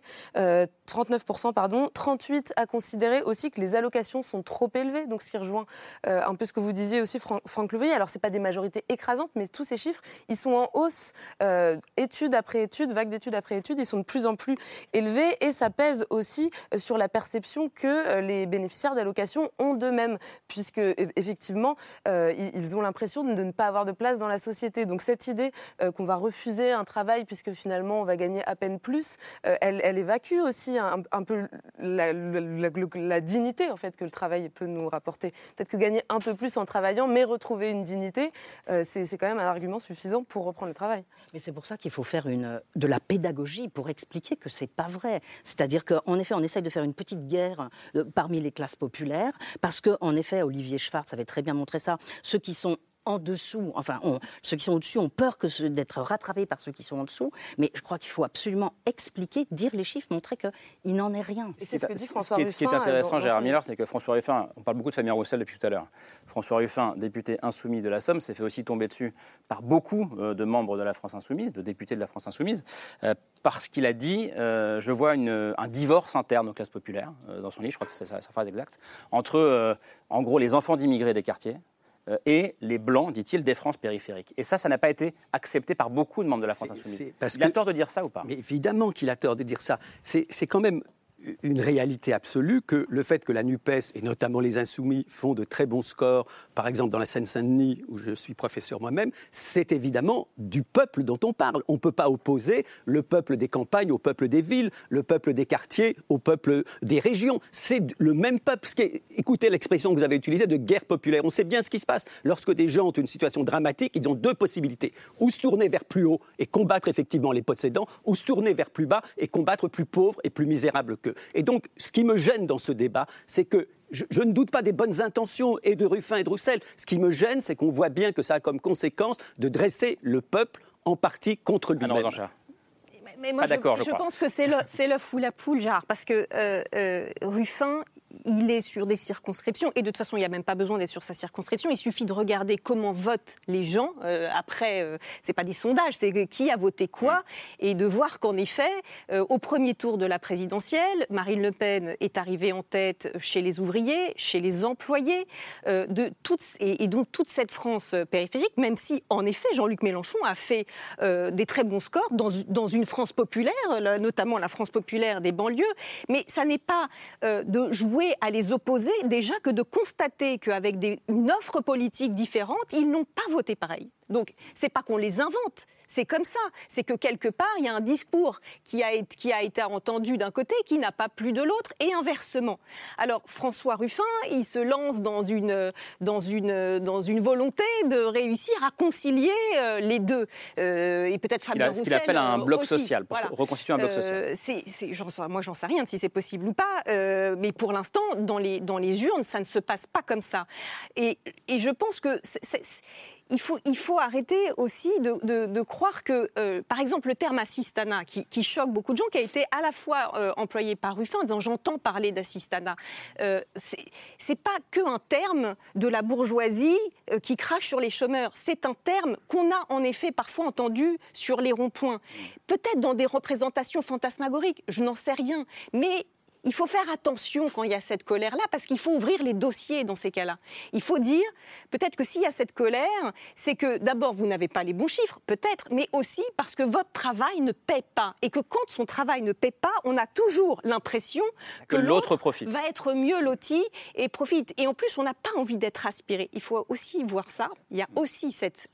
38% à considérer aussi que les allocations sont trop élevées, donc ce qui rejoint un peu ce que vous disiez aussi, Franck Louvrier. Alors, ce n'est pas des majorités écrasantes, mais tous ces chiffres, ils sont en hausse, étude après étude, vague d'études après étude, ils sont de plus en plus élevés et ça pèse aussi sur la perception que les bénéficiaires d'allocations ont d'eux-mêmes, puisque effectivement, ils ont l'impression de ne pas avoir de place dans la société. Donc, cette idée qu'on va refuser un travail puisque finalement, on va gagner à peine plus, elle évacue aussi un peu la dignité en fait que le travail peut nous rapporter. Peut-être que gagner un peu plus en travaillant, mais retrouver une dignité, c'est quand même un argument suffisant pour reprendre le travail.
Mais c'est pour ça qu'il faut faire de la pédagogie pour expliquer que c'est pas vrai. C'est-à-dire qu'en effet, on essaye de faire une petite guerre parmi les classes populaires, parce qu'en effet, Olivier Schwartz avait très bien montré ça, ceux qui sont en dessous, ceux qui sont au-dessus ont peur d'être rattrapés par ceux qui sont en dessous, mais je crois qu'il faut absolument expliquer, dire les chiffres, montrer qu'il n'en est rien.
Et c'est ce que dit François Ruffin.
Ce qui est intéressant, Gérard Miller, c'est que François Ruffin, on parle beaucoup de Fabien Roussel depuis tout à l'heure, François Ruffin, député insoumis de la Somme, s'est fait aussi tomber dessus par beaucoup de membres de la France insoumise, de députés de la France insoumise, parce qu'il a dit, je vois un divorce interne aux classes populaires, dans son livre, je crois que c'est sa phrase exacte, entre, en gros, les enfants d'immigrés des quartiers, et les Blancs, dit-il, des Frances périphériques. Et ça n'a pas été accepté par beaucoup de membres de la France insoumise. Il a tort de dire ça ou pas ?
Mais évidemment qu'il a tort de dire ça. C'est quand même une réalité absolue que le fait que la NUPES, et notamment les Insoumis, font de très bons scores, par exemple dans la Seine-Saint-Denis, où je suis professeur moi-même, c'est évidemment du peuple dont on parle. On ne peut pas opposer le peuple des campagnes au peuple des villes, le peuple des quartiers au peuple des régions. C'est le même peuple. Écoutez l'expression que vous avez utilisée de guerre populaire. On sait bien ce qui se passe. Lorsque des gens ont une situation dramatique, ils ont deux possibilités. Ou se tourner vers plus haut et combattre effectivement les possédants, ou se tourner vers plus bas et combattre plus pauvres et plus misérables qu'eux. Et donc, ce qui me gêne dans ce débat, c'est que je ne doute pas des bonnes intentions et de Ruffin et de Roussel. Ce qui me gêne, c'est qu'on voit bien que ça a comme conséquence de dresser le peuple en partie contre lui-même.
Mais moi, je pense que c'est l'œuf ou la poule, Gérard, parce que Ruffin, il est sur des circonscriptions, et de toute façon, il n'y a même pas besoin d'être sur sa circonscription, il suffit de regarder comment votent les gens, après, c'est pas des sondages, c'est qui a voté quoi, et de voir qu'en effet, au premier tour de la présidentielle, Marine Le Pen est arrivée en tête chez les ouvriers, chez les employés, et donc toute cette France périphérique, même si, en effet, Jean-Luc Mélenchon a fait des très bons scores dans une France populaire, notamment la France populaire des banlieues, mais ça n'est pas de jouer à les opposer, déjà que de constater qu'avec une offre politique différente, ils n'ont pas voté pareil. Donc, c'est pas qu'on les invente, c'est comme ça. C'est que quelque part, il y a un discours qui a été entendu d'un côté, qui n'a pas plu de l'autre, et inversement. Alors, François Ruffin, il se lance dans une volonté de réussir à concilier les deux. Et peut-être Fabien Roussel.
Ce qu'il appelle un bloc
aussi.
social, pour reconstituer un bloc social.
Moi, j'en sais rien si c'est possible ou pas, mais pour l'instant, dans les urnes, ça ne se passe pas comme ça. Et je pense que il faut arrêter aussi de croire que, par exemple, le terme assistanat, qui choque beaucoup de gens, qui a été à la fois employé par Ruffin en disant « j'entends parler d'assistanat », c'est pas qu'un terme de la bourgeoisie qui crache sur les chômeurs. C'est un terme qu'on a en effet parfois entendu sur les ronds-points. Peut-être dans des représentations fantasmagoriques, je n'en sais rien, mais il faut faire attention quand il y a cette colère-là, parce qu'il faut ouvrir les dossiers dans ces cas-là. Il faut dire, peut-être que s'il y a cette colère, c'est que d'abord, vous n'avez pas les bons chiffres, peut-être, mais aussi parce que votre travail ne paie pas. Et que quand son travail ne paie pas, on a toujours l'impression que l'autre profite, va être mieux loti et profite. Et en plus, on n'a pas envie d'être aspiré. Il faut aussi voir ça. Il y a aussi cette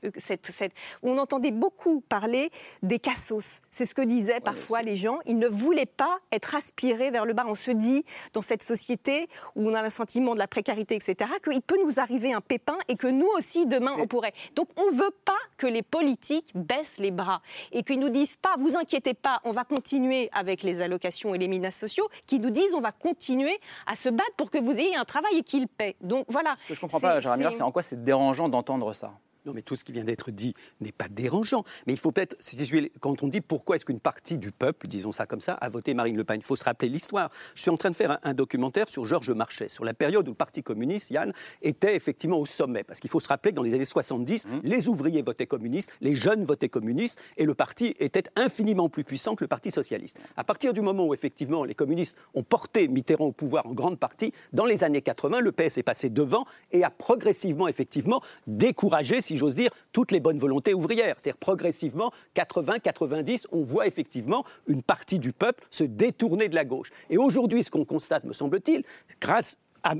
on entendait beaucoup parler des cassos. C'est ce que disaient parfois les gens. Ils ne voulaient pas être aspirés vers le bas. On se dit, dans cette société où on a le sentiment de la précarité, etc., qu'il peut nous arriver un pépin et que nous aussi, demain, on pourrait. Donc, on ne veut pas que les politiques baissent les bras et qu'ils nous disent pas, vous inquiétez pas, on va continuer avec les allocations et les minas sociaux, qu'ils nous disent, on va continuer à se battre pour que vous ayez un travail et qu'ils paient. Donc, voilà.
Ce que je ne comprends pas, Gérard Miller, c'est en quoi c'est dérangeant d'entendre ça.
Non, mais tout ce qui vient d'être dit n'est pas dérangeant. Mais il faut peut-être situer, quand on dit pourquoi est-ce qu'une partie du peuple, disons ça comme ça, a voté Marine Le Pen, il faut se rappeler l'histoire. Je suis en train de faire un documentaire sur Georges Marchais, sur la période où le Parti communiste, Yann, était effectivement au sommet. Parce qu'il faut se rappeler que dans les années 70, les ouvriers votaient communistes, les jeunes votaient communistes, et le parti était infiniment plus puissant que le Parti socialiste. À partir du moment où, effectivement, les communistes ont porté Mitterrand au pouvoir en grande partie, dans les années 80, le PS est passé devant et a progressivement, effectivement, découragé, si j'ose dire, toutes les bonnes volontés ouvrières. C'est-à-dire progressivement, 80-90, on voit effectivement une partie du peuple se détourner de la gauche. Et aujourd'hui, ce qu'on constate, me semble-t-il, grâce à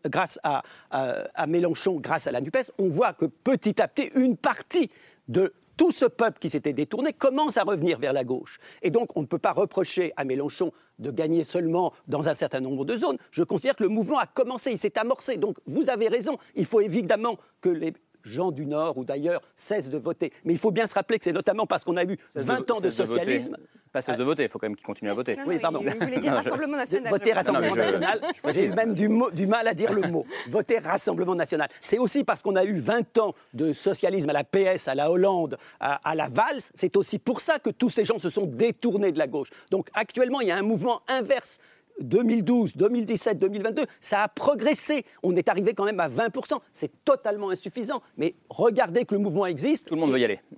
Mélenchon, grâce à la NUPES, on voit que petit à petit, une partie de tout ce peuple qui s'était détourné commence à revenir vers la gauche. Et donc, on ne peut pas reprocher à Mélenchon de gagner seulement dans un certain nombre de zones. Je considère que le mouvement a commencé, il s'est amorcé. Donc, vous avez raison, il faut évidemment que les gens du Nord ou d'ailleurs cessent de voter. Mais il faut bien se rappeler que c'est notamment parce qu'on a eu 20 ans de socialisme...
Pas cesse de voter, il faut quand même qu'ils continuent à voter.
Oui, pardon. Vous voulez dire Rassemblement National.
Voter Rassemblement National, j'ai même du mal à dire le mot. Voter Rassemblement National. C'est aussi parce qu'on a eu 20 ans de socialisme à la PS, à la Hollande, à la Valls. C'est aussi pour ça que tous ces gens se sont détournés de la gauche. Donc actuellement, il y a un mouvement inverse. 2012, 2017, 2022, ça a progressé. On est arrivé quand même à 20%. C'est totalement insuffisant. Mais regardez que le mouvement existe.
Tout le monde veut y aller.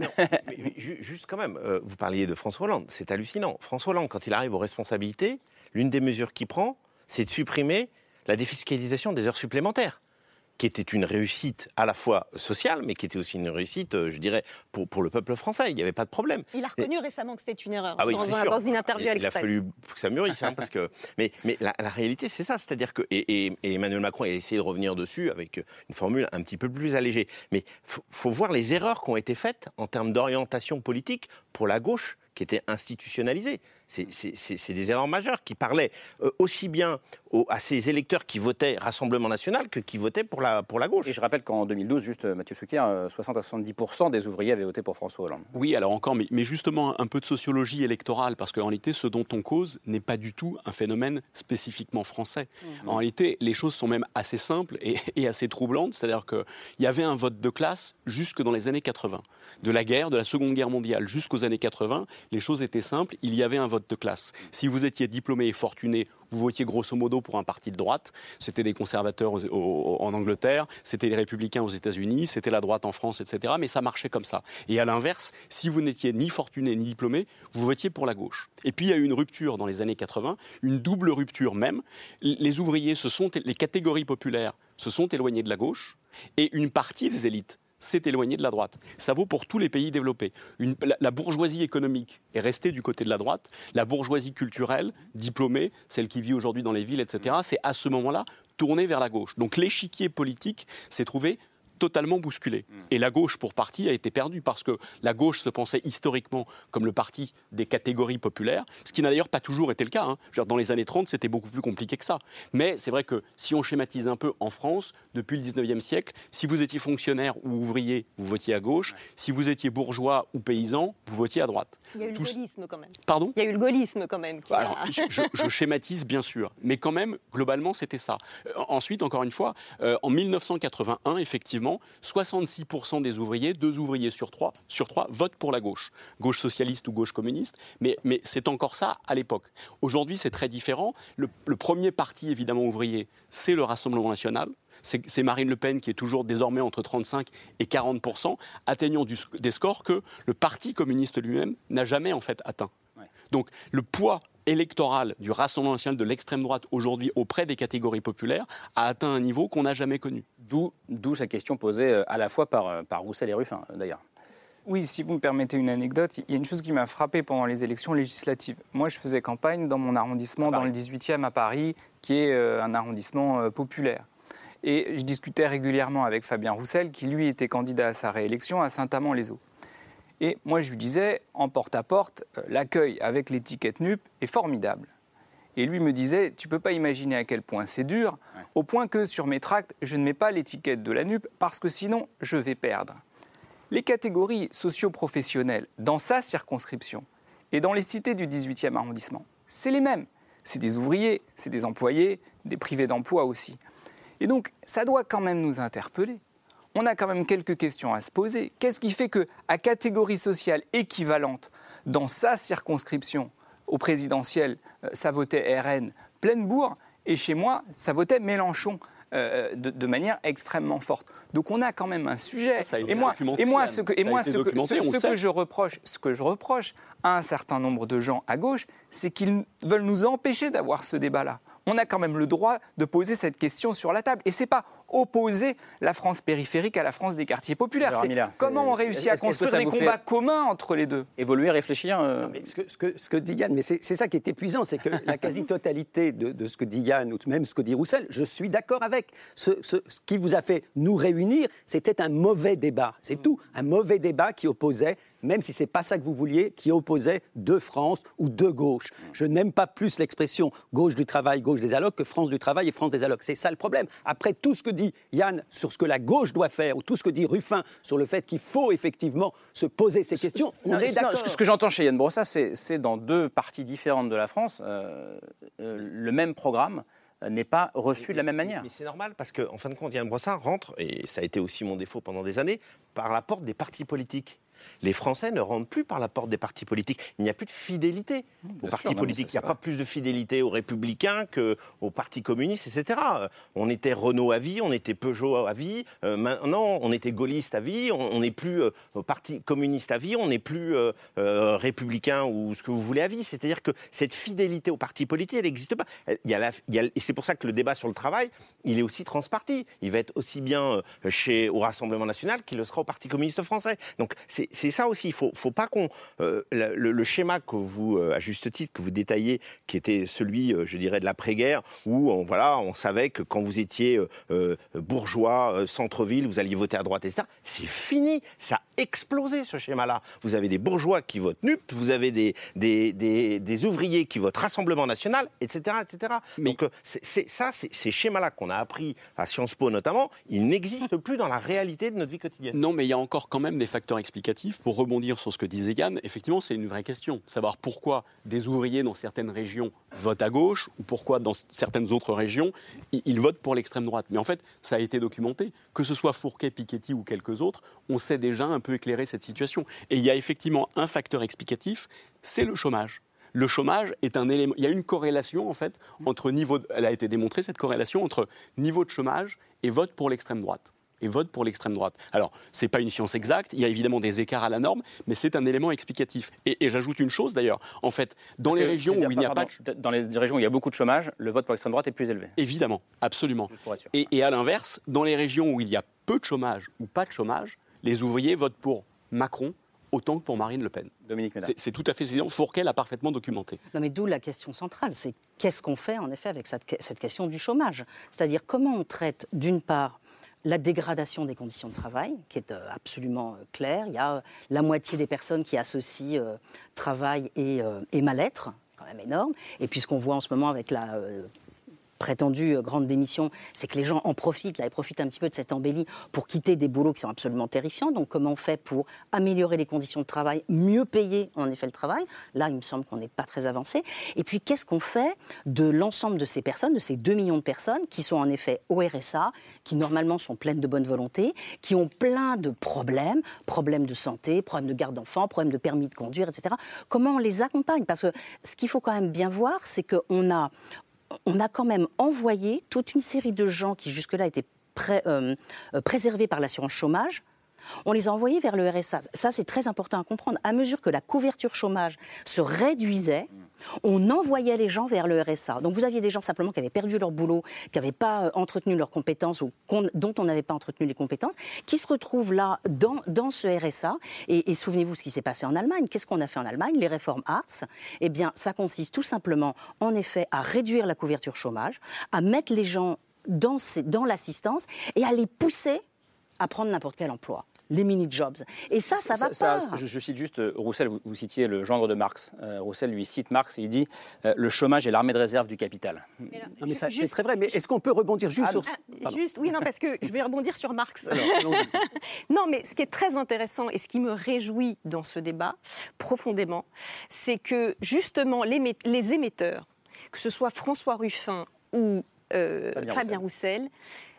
Mais juste quand même, vous parliez de François Hollande. C'est hallucinant. François Hollande, quand il arrive aux responsabilités, l'une des mesures qu'il prend, c'est de supprimer la défiscalisation des heures supplémentaires, qui était une réussite à la fois sociale, mais qui était aussi une réussite, je dirais, pour le peuple français. Il n'y avait pas de problème.
Il a reconnu récemment que c'était une erreur,
dans
une interview à l'Express.
Il a fallu que ça mûrisse, parce que... Mais la réalité, c'est ça, c'est-à-dire que... Et Emmanuel Macron a essayé de revenir dessus avec une formule un petit peu plus allégée. Mais il faut voir les erreurs qui ont été faites en termes d'orientation politique pour la gauche, qui était institutionnalisée. C'est des erreurs majeures qui parlaient aussi bien à ces électeurs qui votaient Rassemblement National que qui votaient pour la gauche.
Et je rappelle qu'en 2012, juste Mathieu Souquier, 60 à 70% des ouvriers avaient voté pour François Hollande.
Oui, alors encore, mais justement un peu de sociologie électorale, parce qu'en réalité, ce dont on cause n'est pas du tout un phénomène spécifiquement français. En réalité, les choses sont même assez simples et assez troublantes, c'est-à-dire qu'il y avait un vote de classe jusque dans les années 80. De la guerre, de la Seconde Guerre mondiale jusqu'aux années 80, les choses étaient simples, il y avait un vote de classe. Si vous étiez diplômé et fortuné, vous votiez grosso modo pour un parti de droite. C'était les conservateurs en Angleterre, c'était les républicains aux États-Unis, c'était la droite en France, etc. Mais ça marchait comme ça. Et à l'inverse, si vous n'étiez ni fortuné ni diplômé, vous votiez pour la gauche. Et puis il y a eu une rupture dans les années 80, une double rupture même. Les ouvriers, les catégories populaires se sont éloignés de la gauche et une partie des élites s'est éloigné de la droite. Ça vaut pour tous les pays développés. La bourgeoisie économique est restée du côté de la droite. La bourgeoisie culturelle, diplômée, celle qui vit aujourd'hui dans les villes, etc., c'est à ce moment-là tourné vers la gauche. Donc l'échiquier politique s'est trouvé totalement bousculé. Et la gauche, pour partie, a été perdue parce que la gauche se pensait historiquement comme le parti des catégories populaires, ce qui n'a d'ailleurs pas toujours été le cas. Je veux dire, dans les années 30, c'était beaucoup plus compliqué que ça. Mais c'est vrai que si on schématise un peu en France, depuis le 19e siècle, si vous étiez fonctionnaire ou ouvrier, vous votiez à gauche. Si vous étiez bourgeois ou paysan, vous votiez à droite.
Il y a eu le gaullisme quand même.
Pardon ?
Il y a eu le gaullisme quand même.
Alors, je schématise bien sûr, mais quand même, globalement, c'était ça. Ensuite, encore une fois, en 1981, effectivement, 66% des ouvriers, 2 ouvriers sur 3 votent pour la gauche. Gauche socialiste ou gauche communiste, mais c'est encore ça à l'époque. Aujourd'hui, c'est très différent. Le premier parti, évidemment, ouvrier, c'est le Rassemblement national. C'est Marine Le Pen qui est toujours désormais entre 35 et 40%, atteignant des scores que le Parti communiste lui-même n'a jamais en fait atteint. Ouais. Donc le poids électoral du Rassemblement national de l'extrême droite aujourd'hui auprès des catégories populaires a atteint un niveau qu'on n'a jamais connu.
D'où sa question posée à la fois par Roussel et Ruffin d'ailleurs.
Oui, si vous me permettez une anecdote, il y a une chose qui m'a frappé pendant les élections législatives. Moi, je faisais campagne dans mon arrondissement, dans le 18e à Paris, qui est un arrondissement populaire. Et je discutais régulièrement avec Fabien Roussel, qui lui était candidat à sa réélection à Saint-Amand-les-Eaux. Et moi, je lui disais, en porte-à-porte, l'accueil avec l'étiquette NUP est formidable. Et lui me disait, tu ne peux pas imaginer à quel point c'est dur, au point que sur mes tracts, je ne mets pas l'étiquette de la NUP, parce que sinon, je vais perdre. Les catégories socio-professionnelles dans sa circonscription et dans les cités du 18e arrondissement, c'est les mêmes. C'est des ouvriers, c'est des employés, des privés d'emploi aussi. Et donc, ça doit quand même nous interpeller. On a quand même quelques questions à se poser. Qu'est-ce qui fait qu'à catégorie sociale équivalente, dans sa circonscription, au présidentiel, ça votait RN Plaine-Bourg, et chez moi, ça votait Mélenchon de manière extrêmement forte. Donc on a quand même un sujet. Ce que je reproche à un certain nombre de gens à gauche, c'est qu'ils veulent nous empêcher d'avoir ce débat-là. On a quand même le droit de poser cette question sur la table. Et ce n'est pas opposer la France périphérique à la France des quartiers populaires. Comment on réussit à construire des combats communs entre les deux.
Évoluer, réfléchir.
Non, mais ce que dit Yann, mais c'est ça qui est épuisant, c'est que la quasi-totalité de ce que dit Yann, ou même ce que dit Roussel, je suis d'accord avec. Ce qui vous a fait nous réunir, c'était un mauvais débat. C'est tout. Un mauvais débat qui opposait, même si ce n'est pas ça que vous vouliez, qui opposait deux France ou deux gauches. Je n'aime pas plus l'expression gauche du travail, gauche des allocs que France du travail et France des allocs. C'est ça le problème. Après tout ce que dit Yann sur ce que la gauche doit faire, ou tout ce que dit Ruffin sur le fait qu'il faut effectivement se poser ces questions, on est d'accord.
Ce que j'entends chez Yann Brossat, c'est dans deux parties différentes de la France, le même programme n'est pas reçu de la même manière.
Mais c'est normal parce qu'en fin de compte, Yann Brossat rentre, et ça a été aussi mon défaut pendant des années, par la porte des partis politiques. Les Français ne rentrent plus par la porte des partis politiques. Il n'y a plus de fidélité aux partis politiques. Il n'y a pas plus de fidélité aux Républicains qu'aux partis communistes, etc. On était Renault à vie, on était Peugeot à vie. Maintenant, on était gaulliste à vie. On n'est plus parti communiste à vie. On n'est plus républicain ou ce que vous voulez à vie. C'est-à-dire que cette fidélité aux partis politiques, elle n'existe pas. Et c'est pour ça que le débat sur le travail, il est aussi transparti. Il va être aussi bien au Rassemblement national qu'il le sera au Parti communiste français. Donc c'est ça aussi, il ne faut pas qu'on... le schéma que vous, à juste titre, que vous détaillez, qui était celui, je dirais, de l'après-guerre, où on savait que quand vous étiez bourgeois, centre-ville, vous alliez voter à droite, etc. C'est fini, ça a explosé ce schéma-là. Vous avez des bourgeois qui votent NUP, vous avez des ouvriers qui votent Rassemblement national, etc. etc. Mais donc ces schémas-là qu'on a appris à Sciences Po notamment, ils n'existent plus dans la réalité de notre vie quotidienne.
Non, mais il y a encore quand même des facteurs explicatifs. Pour rebondir sur ce que disait Yann, effectivement, c'est une vraie question. Savoir pourquoi des ouvriers dans certaines régions votent à gauche ou pourquoi dans certaines autres régions, ils votent pour l'extrême droite. Mais en fait, ça a été documenté. Que ce soit Fourquet, Piketty ou quelques autres, on sait déjà un peu éclairer cette situation. Et il y a effectivement un facteur explicatif, c'est le chômage. Le chômage est un élément... Il y a une corrélation, en fait, entre niveau... Elle a été démontrée, cette corrélation entre niveau de chômage et vote pour l'extrême droite. Alors, ce n'est pas une science exacte, il y a évidemment des écarts à la norme, mais c'est un élément explicatif. Et j'ajoute une chose d'ailleurs, en fait, dans les régions où il n'y a pas de...
Dans les régions où il y a beaucoup de chômage, le vote pour l'extrême droite est plus élevé.
Évidemment, absolument. Et à l'inverse, dans les régions où il y a peu de chômage ou pas de chômage, les ouvriers votent pour Macron autant que pour Marine Le Pen.
Dominique Ménard.
C'est tout à fait évident. Fourquet l'a parfaitement documenté.
Non, mais d'où la question centrale, c'est qu'est-ce qu'on fait en effet avec cette question du chômage ? C'est-à-dire comment on traite d'une part la dégradation des conditions de travail, qui est absolument claire. Il y a la moitié des personnes qui associent travail et mal-être, quand même énorme. Et puis ce qu'on voit en ce moment avec la prétendue grande démission, c'est que les gens en profitent, là, ils profitent un petit peu de cette embellie pour quitter des boulots qui sont absolument terrifiants. Donc comment on fait pour améliorer les conditions de travail, mieux payer en effet le travail? Là, il me semble qu'on n'est pas très avancé. Et puis qu'est-ce qu'on fait de l'ensemble de ces personnes, de ces 2 millions de personnes qui sont en effet au RSA, qui normalement sont pleines de bonne volonté, qui ont plein de problèmes de santé, problèmes de garde d'enfants, problèmes de permis de conduire, etc. Comment on les accompagne? Parce que ce qu'il faut quand même bien voir, c'est qu'on a quand même envoyé toute une série de gens qui jusque-là étaient préservés par l'assurance chômage. On les a envoyés vers le RSA. Ça, c'est très important à comprendre. À mesure que la couverture chômage se réduisait, on envoyait les gens vers le RSA. Donc vous aviez des gens simplement qui avaient perdu leur boulot, qui n'avaient pas entretenu leurs compétences ou dont on n'avait pas entretenu les compétences, qui se retrouvent là dans ce RSA. Et souvenez-vous ce qui s'est passé en Allemagne. Qu'est-ce qu'on a fait en Allemagne? Les réformes Hartz, eh bien, ça consiste tout simplement, en effet, à réduire la couverture chômage, à mettre les gens dans l'assistance et à les pousser à prendre n'importe quel emploi. Les mini-jobs. Et ça va pas.
Je cite juste Roussel, vous citiez le gendre de Marx. Roussel, lui, cite Marx et il dit le chômage est l'armée de réserve du capital.
Mais ça, c'est très vrai, mais est-ce qu'on peut rebondir juste sur...
Oui, non, parce que je vais rebondir sur Marx. Alors, non, mais ce qui est très intéressant et ce qui me réjouit dans ce débat, profondément, c'est que justement les émetteurs, que ce soit François Ruffin ou Fabien Roussel,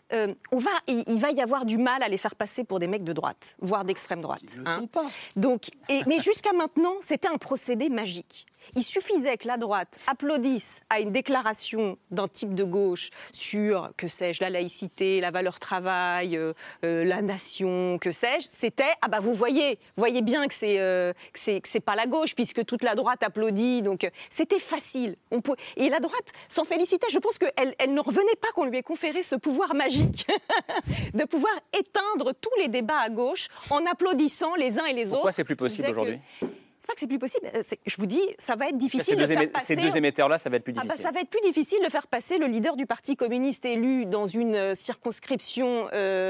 il va y avoir du mal à les faire passer pour des mecs de droite, voire d'extrême droite.
Ils ne le sont pas.
Mais jusqu'à maintenant, c'était un procédé magique. Il suffisait que la droite applaudisse à une déclaration d'un type de gauche sur, que sais-je, la laïcité, la valeur travail, la nation, que sais-je. C'était, vous voyez bien que c'est pas la gauche, puisque toute la droite applaudit. Donc, c'était facile. Et la droite s'en félicitait. Je pense qu'elle ne revenait pas qu'on lui ait conféré ce pouvoir magique de pouvoir éteindre tous les débats à gauche en applaudissant les uns et les autres.
Pourquoi c'est plus possible aujourd'hui ?
C'est pas que c'est plus possible. Je vous dis, ça va être difficile de faire passer...
Ces 2 émetteurs-là, ça va être plus difficile.
Ça va être plus difficile de faire passer le leader du Parti communiste élu dans une circonscription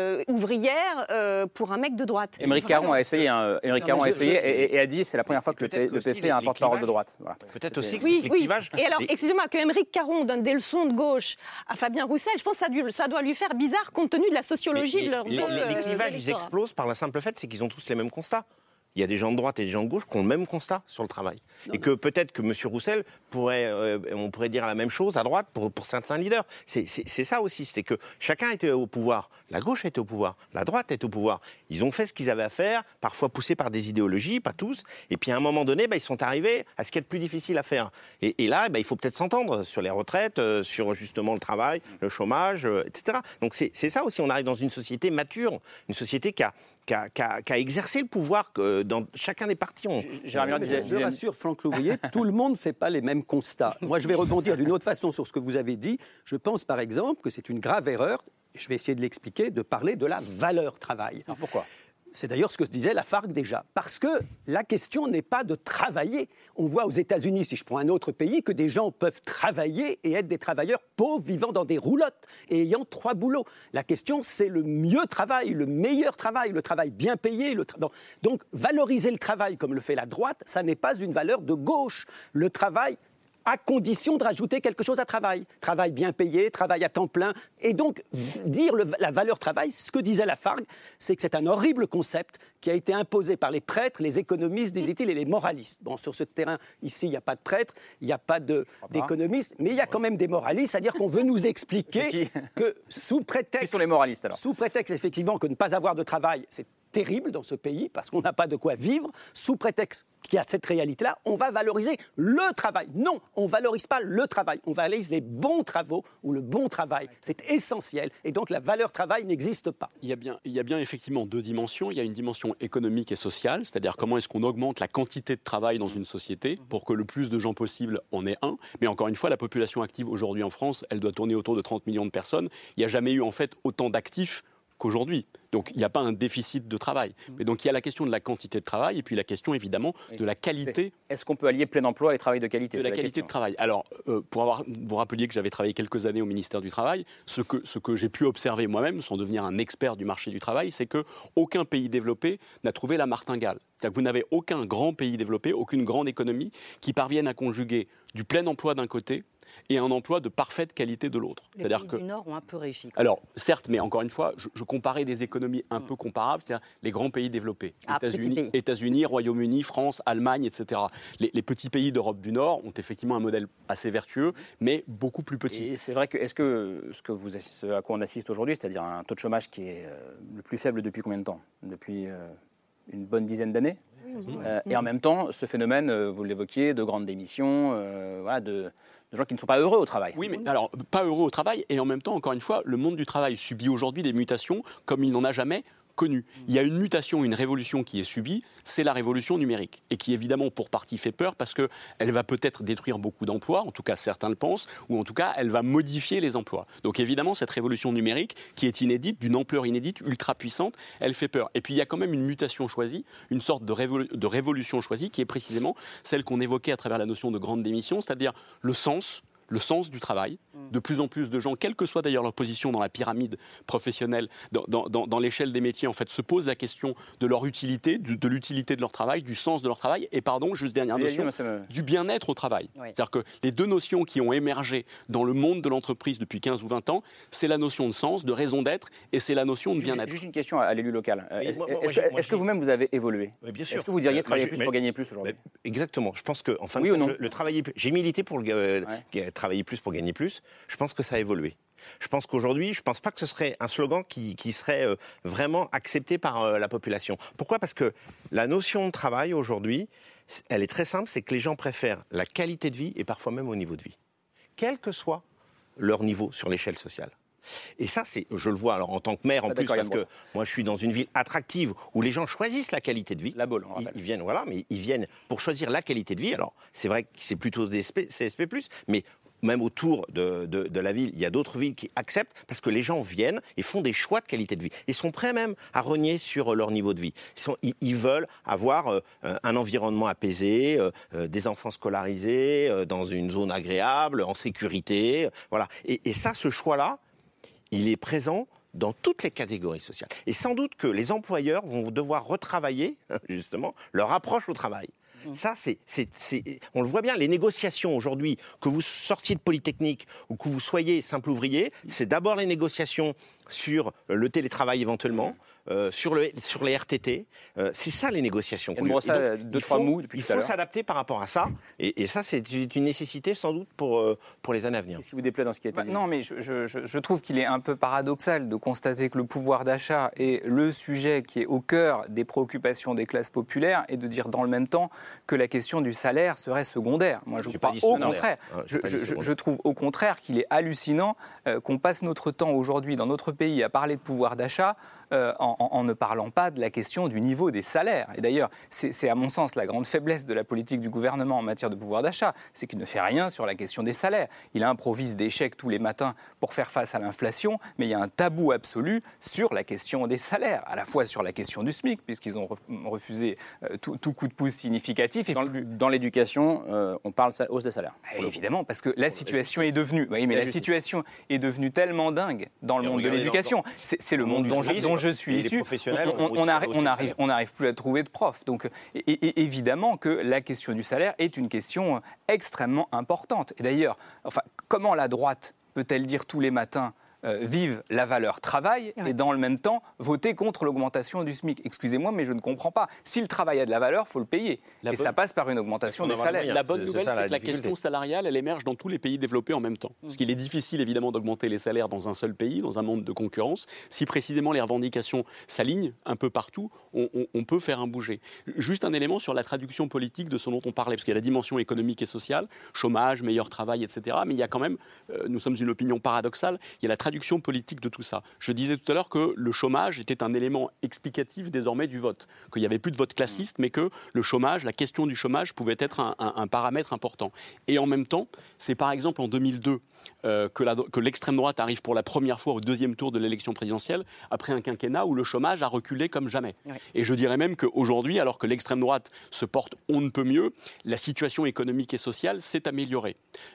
ouvrière pour un mec de droite.
Émeric Caron a essayé, et a dit c'est la première fois que le PC a un porte-parole de droite. Voilà.
Peut-être aussi que les clivages...
Et alors, excusez-moi, que Émeric Caron donne des leçons de gauche à Fabien Roussel, je pense que ça doit lui faire bizarre compte tenu de la sociologie de leur...
Les clivages, ils explosent par la simple fait, c'est qu'ils ont tous les mêmes constats. Il y a des gens de droite et des gens de gauche qui ont le même constat sur le travail. Et que peut-être que M. Roussel on pourrait dire la même chose à droite pour certains leaders. C'est ça aussi, c'est que chacun était au pouvoir. La gauche était au pouvoir, la droite était au pouvoir. Ils ont fait ce qu'ils avaient à faire, parfois poussés par des idéologies, pas tous. Et puis à un moment donné, ils sont arrivés à ce qui est le plus difficile à faire. Et là, il faut peut-être s'entendre sur les retraites, sur justement le travail, le chômage, etc. Donc c'est ça aussi, on arrive dans une société mature, une société qui a exercé le pouvoir dans chacun des partis.
Je rassure Franck Louvrier, tout le monde ne fait pas les mêmes constats. Moi, je vais rebondir d'une autre façon sur ce que vous avez dit. Je pense, par exemple, que c'est une grave erreur, et je vais essayer de l'expliquer, de parler de la valeur travail.
Alors pourquoi ?
C'est d'ailleurs ce que disait Lafargue déjà. Parce que la question n'est pas de travailler. On voit aux États-Unis, si je prends un autre pays, que des gens peuvent travailler et être des travailleurs pauvres, vivant dans des roulottes et ayant 3 boulots. La question, c'est le mieux travail, le meilleur travail, le travail bien payé. Donc, valoriser le travail comme le fait la droite, ça n'est pas une valeur de gauche. Le travail, à condition de rajouter quelque chose à travail. Travail bien payé, travail à temps plein. Et donc, dire la valeur travail, ce que disait Lafargue, c'est que c'est un horrible concept qui a été imposé par les prêtres, les économistes, disait-il, et les moralistes. Bon, sur ce terrain, ici, il n'y a pas de prêtres, il n'y a pas d'économistes, mais il y a quand même des moralistes, c'est-à-dire qu'on veut nous expliquer que sous prétexte...
Qui sont les moralistes, alors ?
Sous prétexte, effectivement, que ne pas avoir de travail, c'est terrible dans ce pays, parce qu'on n'a pas de quoi vivre, sous prétexte qu'il y a cette réalité-là, on va valoriser le travail. Non, on ne valorise pas le travail, on valorise les bons travaux ou le bon travail. C'est essentiel, et donc la valeur travail n'existe pas.
Il y a bien effectivement 2 dimensions. Il y a une dimension économique et sociale, c'est-à-dire comment est-ce qu'on augmente la quantité de travail dans une société pour que le plus de gens possible en aient un. Mais encore une fois, la population active aujourd'hui en France, elle doit tourner autour de 30 millions de personnes. Il n'y a jamais eu en fait autant d'actifs qu'aujourd'hui. Donc, il n'y a pas un déficit de travail. Mais donc, il y a la question de la quantité de travail et puis la question, évidemment, de la qualité.
Est-ce qu'on peut allier plein emploi et travail de qualité?
De la qualité de travail. Alors, vous rappeliez que j'avais travaillé quelques années au ministère du Travail. Ce que j'ai pu observer moi-même, sans devenir un expert du marché du travail, c'est qu'aucun pays développé n'a trouvé la martingale. C'est-à-dire que vous n'avez aucun grand pays développé, aucune grande économie qui parvienne à conjuguer du plein emploi d'un côté et un emploi de parfaite qualité de l'autre.
Les pays du Nord ont un peu réussi.
Alors, certes, mais encore une fois, je comparais des économies un peu comparables, c'est-à-dire les grands pays développés. États-Unis, Royaume-Uni, France, Allemagne, etc. Les petits pays d'Europe du Nord ont effectivement un modèle assez vertueux, mais beaucoup plus petit.
Et c'est vrai que, ce à quoi on assiste aujourd'hui, c'est-à-dire un taux de chômage qui est le plus faible depuis combien de temps? Depuis une bonne dizaine d'années. Et en même temps, ce phénomène, vous l'évoquiez, de grandes démissions, de gens qui ne sont pas heureux au travail.
Oui, mais alors, pas heureux au travail, et en même temps, encore une fois, le monde du travail subit aujourd'hui des mutations comme il n'en a jamais connu. Il y a une mutation, une révolution qui est subie, c'est la révolution numérique, et qui évidemment pour partie fait peur parce qu'elle va peut-être détruire beaucoup d'emplois, en tout cas certains le pensent, ou en tout cas elle va modifier les emplois. Donc évidemment cette révolution numérique qui est inédite, d'une ampleur inédite, ultra puissante, elle fait peur. Et puis il y a quand même une mutation choisie, une sorte de révolution choisie qui est précisément celle qu'on évoquait à travers la notion de grande démission, c'est-à-dire le sens du travail. De plus en plus de gens, quelle que soit d'ailleurs leur position dans la pyramide professionnelle, dans l'échelle des métiers, en fait, se posent la question de leur utilité, de l'utilité de leur travail, du sens de leur travail, et juste dernière notion, du bien-être au travail. Oui. C'est-à-dire que les deux notions qui ont émergé dans le monde de l'entreprise depuis 15 ou 20 ans, c'est la notion de sens, de raison d'être, et c'est la notion de bien-être.
Juste une question à l'élu local. Est-ce que vous-même vous avez évolué?
Bien sûr.
Est-ce que vous diriez travailler plus pour gagner plus aujourd'hui?
Exactement. Je pense que, enfin,
oui ou non?
le travailler plus. J'ai milité pour travailler plus pour gagner plus. Je pense que ça a évolué. Je pense qu'aujourd'hui, je ne pense pas que ce serait un slogan qui serait vraiment accepté par la population. Pourquoi? Parce que la notion de travail aujourd'hui, elle est très simple, c'est que les gens préfèrent la qualité de vie et parfois même au niveau de vie, quel que soit leur niveau sur l'échelle sociale. Et ça, je le vois alors en tant que maire en plus, parce que moi je suis dans une ville attractive où les gens choisissent la qualité de vie.
La Baule, on rappelle.
Ils viennent, mais ils viennent pour choisir la qualité de vie. Alors c'est vrai que c'est plutôt des CSP+, mais même autour de la ville, il y a d'autres villes qui acceptent parce que les gens viennent et font des choix de qualité de vie. Ils sont prêts même à renier sur leur niveau de vie. Ils veulent avoir un environnement apaisé, des enfants scolarisés, dans une zone agréable, en sécurité. Voilà. Et ça, ce choix-là, il est présent dans toutes les catégories sociales. Et sans doute que les employeurs vont devoir retravailler, justement, leur approche au travail. Ça, on le voit bien, les négociations aujourd'hui, que vous sortiez de Polytechnique ou que vous soyez simple ouvrier, c'est d'abord les négociations sur le télétravail éventuellement, sur les RTT. C'est ça les négociations. Il faut s'adapter par rapport à ça. Et ça, c'est une nécessité sans doute pour les années à venir.
Qu'est-ce qui vous déplaît dans ce qui a été dit?
Non, mais je trouve qu'il est un peu paradoxal de constater que le pouvoir d'achat est le sujet qui est au cœur des préoccupations des classes populaires et de dire dans le même temps que la question du salaire serait secondaire. Moi, je crois au contraire. Je trouve au contraire qu'il est hallucinant qu'on passe notre temps aujourd'hui dans notre pays à parler de pouvoir d'achat en ne parlant pas de la question du niveau des salaires. Et d'ailleurs, c'est à mon sens la grande faiblesse de la politique du gouvernement en matière de pouvoir d'achat, c'est qu'il ne fait rien sur la question des salaires. Il improvise des chèques tous les matins pour faire face à l'inflation, mais il y a un tabou absolu sur la question des salaires, à la fois sur la question du SMIC, puisqu'ils ont refusé tout coup de pouce significatif. Et
dans l'éducation, on parle hausse des salaires.
Évidemment, parce que la situation est devenue... Oui, mais la situation est devenue tellement dingue dans le monde de l'éducation. C'est le monde dont je suis issu. On n'arrive plus à trouver de profs. Donc, évidemment que la question du salaire est une question extrêmement importante. Et d'ailleurs, comment la droite peut-elle dire tous les matins vive la valeur travail et dans le même temps voter contre l'augmentation du SMIC? Excusez-moi, mais je ne comprends pas. Si le travail a de la valeur, il faut le payer. Ça passe par une augmentation des salaires.
La bonne nouvelle, c'est que la question salariale, elle émerge dans tous les pays développés en même temps. Parce qu'il est difficile, évidemment, d'augmenter les salaires dans un seul pays, dans un monde de concurrence. Si précisément les revendications s'alignent un peu partout, on peut faire un bouger. Juste un élément sur la traduction politique de ce dont on parlait, parce qu'il y a la dimension économique et sociale, chômage, meilleur travail, etc. Mais il y a quand même, nous sommes une opinion paradoxale, il y a la traduction politique de tout ça. Je disais tout à l'heure que le chômage était un élément explicatif désormais du vote, qu'il n'y avait plus de vote classiste, mais que le chômage, la question du chômage pouvait être un paramètre important. Et en même temps, c'est par exemple en 2002, que l'extrême droite arrive pour la première fois au deuxième tour de l'élection présidentielle, après un quinquennat où le chômage a reculé comme jamais. Oui. Et je dirais même qu'aujourd'hui, alors que l'extrême droite se porte on ne peut mieux, la situation économique et sociale s'est améliorée.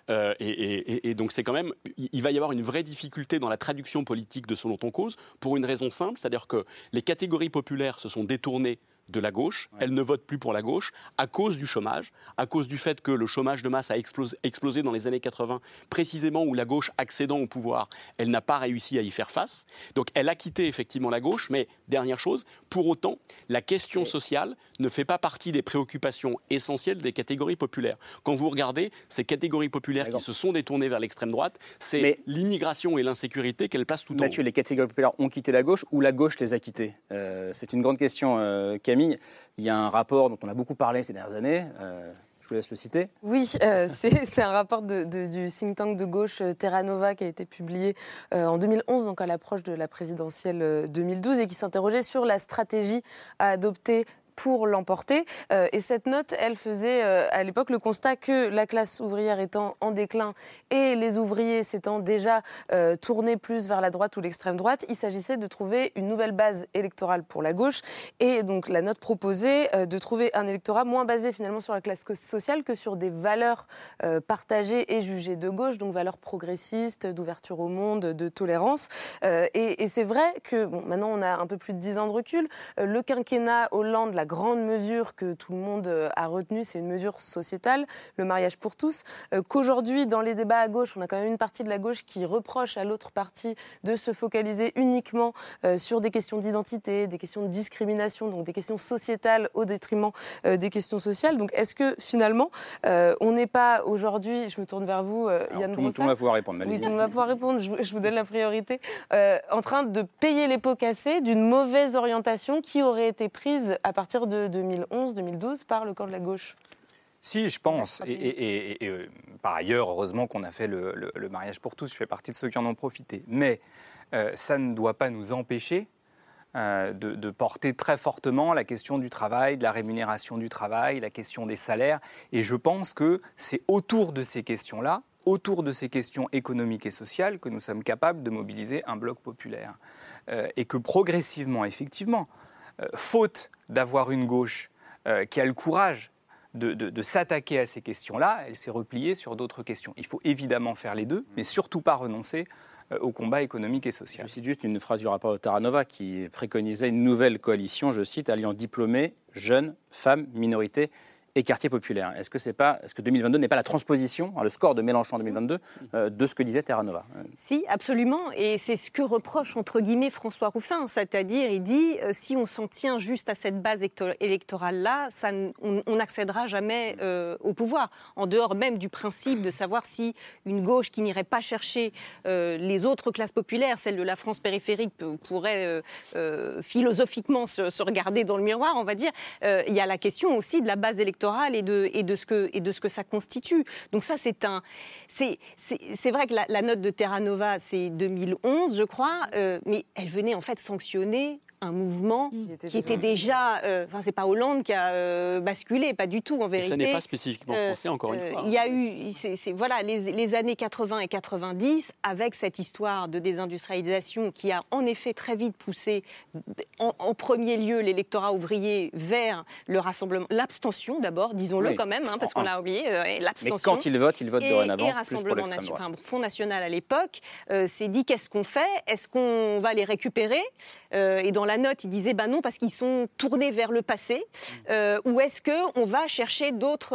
Et donc c'est quand même, il va y avoir une vraie difficulté dans la traduction politique de ce dont on cause, pour une raison simple, c'est-à-dire que les catégories populaires se sont détournées de la gauche, elles ne votent plus pour la gauche à cause du chômage, à cause du fait que le chômage de masse a explosé dans les années 80, précisément où la gauche, accédant au pouvoir, elle n'a pas réussi à y faire face. Donc elle a quitté effectivement la gauche, mais dernière chose, pour autant, la question sociale ne fait pas partie des préoccupations essentielles des catégories populaires. Quand vous regardez ces catégories populaires qui se sont détournées vers l'extrême droite, c'est l'immigration et l'insécurité qu'elles placent tout en haut.
Mathieu, les catégories populaires ont quitté la gauche ou la gauche les a quittées c'est une grande question, Camille. Il y a un rapport dont on a beaucoup parlé ces dernières années. Je vous laisse le citer.
Oui, c'est un rapport du think tank de gauche Terra Nova qui a été publié en 2011, donc à l'approche de la présidentielle 2012, et qui s'interrogeait sur la stratégie à adopter pour l'emporter. Et cette note, elle faisait à l'époque le constat que la classe ouvrière étant en déclin et les ouvriers s'étant déjà tournés plus vers la droite ou l'extrême droite, il s'agissait de trouver une nouvelle base électorale pour la gauche. Et donc la note proposait de trouver un électorat moins basé finalement sur la classe sociale que sur des valeurs partagées et jugées de gauche, donc valeurs progressistes, d'ouverture au monde, de tolérance. Et c'est vrai que, bon, maintenant on a un peu plus de 10 ans de recul, le quinquennat Hollande, la grande mesure que tout le monde a retenue, c'est une mesure sociétale, le mariage pour tous, qu'aujourd'hui, dans les débats à gauche, on a quand même une partie de la gauche qui reproche à l'autre partie de se focaliser uniquement sur des questions d'identité, des questions de discrimination, donc des questions sociétales au détriment des questions sociales. Donc est-ce que finalement, on n'est pas aujourd'hui, je me tourne vers vous, Yann Brossard.
Tout le monde va pouvoir répondre.
Oui, tout le monde va pouvoir répondre, je vous donne la priorité. En train de payer les pots cassés d'une mauvaise orientation qui aurait été prise à partir de 2011-2012 par le camp de la gauche.
Si, je pense. Et par ailleurs, heureusement qu'on a fait le mariage pour tous. Je fais partie de ceux qui en ont profité. Mais ça ne doit pas nous empêcher de porter très fortement la question du travail, de la rémunération du travail, la question des salaires. Et je pense que c'est autour de ces questions-là, autour de ces questions économiques et sociales, que nous sommes capables de mobiliser un bloc populaire. Et que progressivement, effectivement, faute d'avoir une gauche qui a le courage de s'attaquer à ces questions-là, elle s'est repliée sur d'autres questions. Il faut évidemment faire les deux, mais surtout pas renoncer au combat économique et social.
Je cite juste une phrase du rapport de Terra Nova qui préconisait une nouvelle coalition, je cite, alliant diplômés, jeunes, femmes, minorités et quartiers populaires. Est-ce que 2022 n'est pas la transposition, le score de Mélenchon en 2022, de ce que disait Terra Nova ?
Si, absolument. Et c'est ce que reproche, entre guillemets, François Ruffin. C'est-à-dire, il dit, si on s'en tient juste à cette base électorale-là, on n'accédera jamais au pouvoir. En dehors même du principe de savoir si une gauche qui n'irait pas chercher les autres classes populaires, celle de la France périphérique, pourrait philosophiquement se regarder dans le miroir, on va dire. Il y a la question aussi de la base électorale et de ce que ça constitue. Donc ça, c'est vrai que la note de Terra Nova, c'est 2011, je crois, mais elle venait en fait sanctionner un mouvement qui était déjà... c'est pas Hollande qui a basculé, pas du tout en vérité.
Et ça n'est pas spécifiquement français, encore une fois.
Il y a eu les années 80 et 90, avec cette histoire de désindustrialisation qui a en effet très vite poussé en premier lieu l'électorat ouvrier vers le rassemblement, l'abstention d'abord, disons-le quand même, parce qu'on l'a oublié, l'abstention.
Mais quand ils votent dorénavant plus pour l'extrême droite.
Front National à l'époque s'est dit qu'est-ce qu'on fait ? Est-ce qu'on va les récupérer ? Et dans la note, il disait non, parce qu'ils sont tournés vers le passé, ou est-ce qu'on va chercher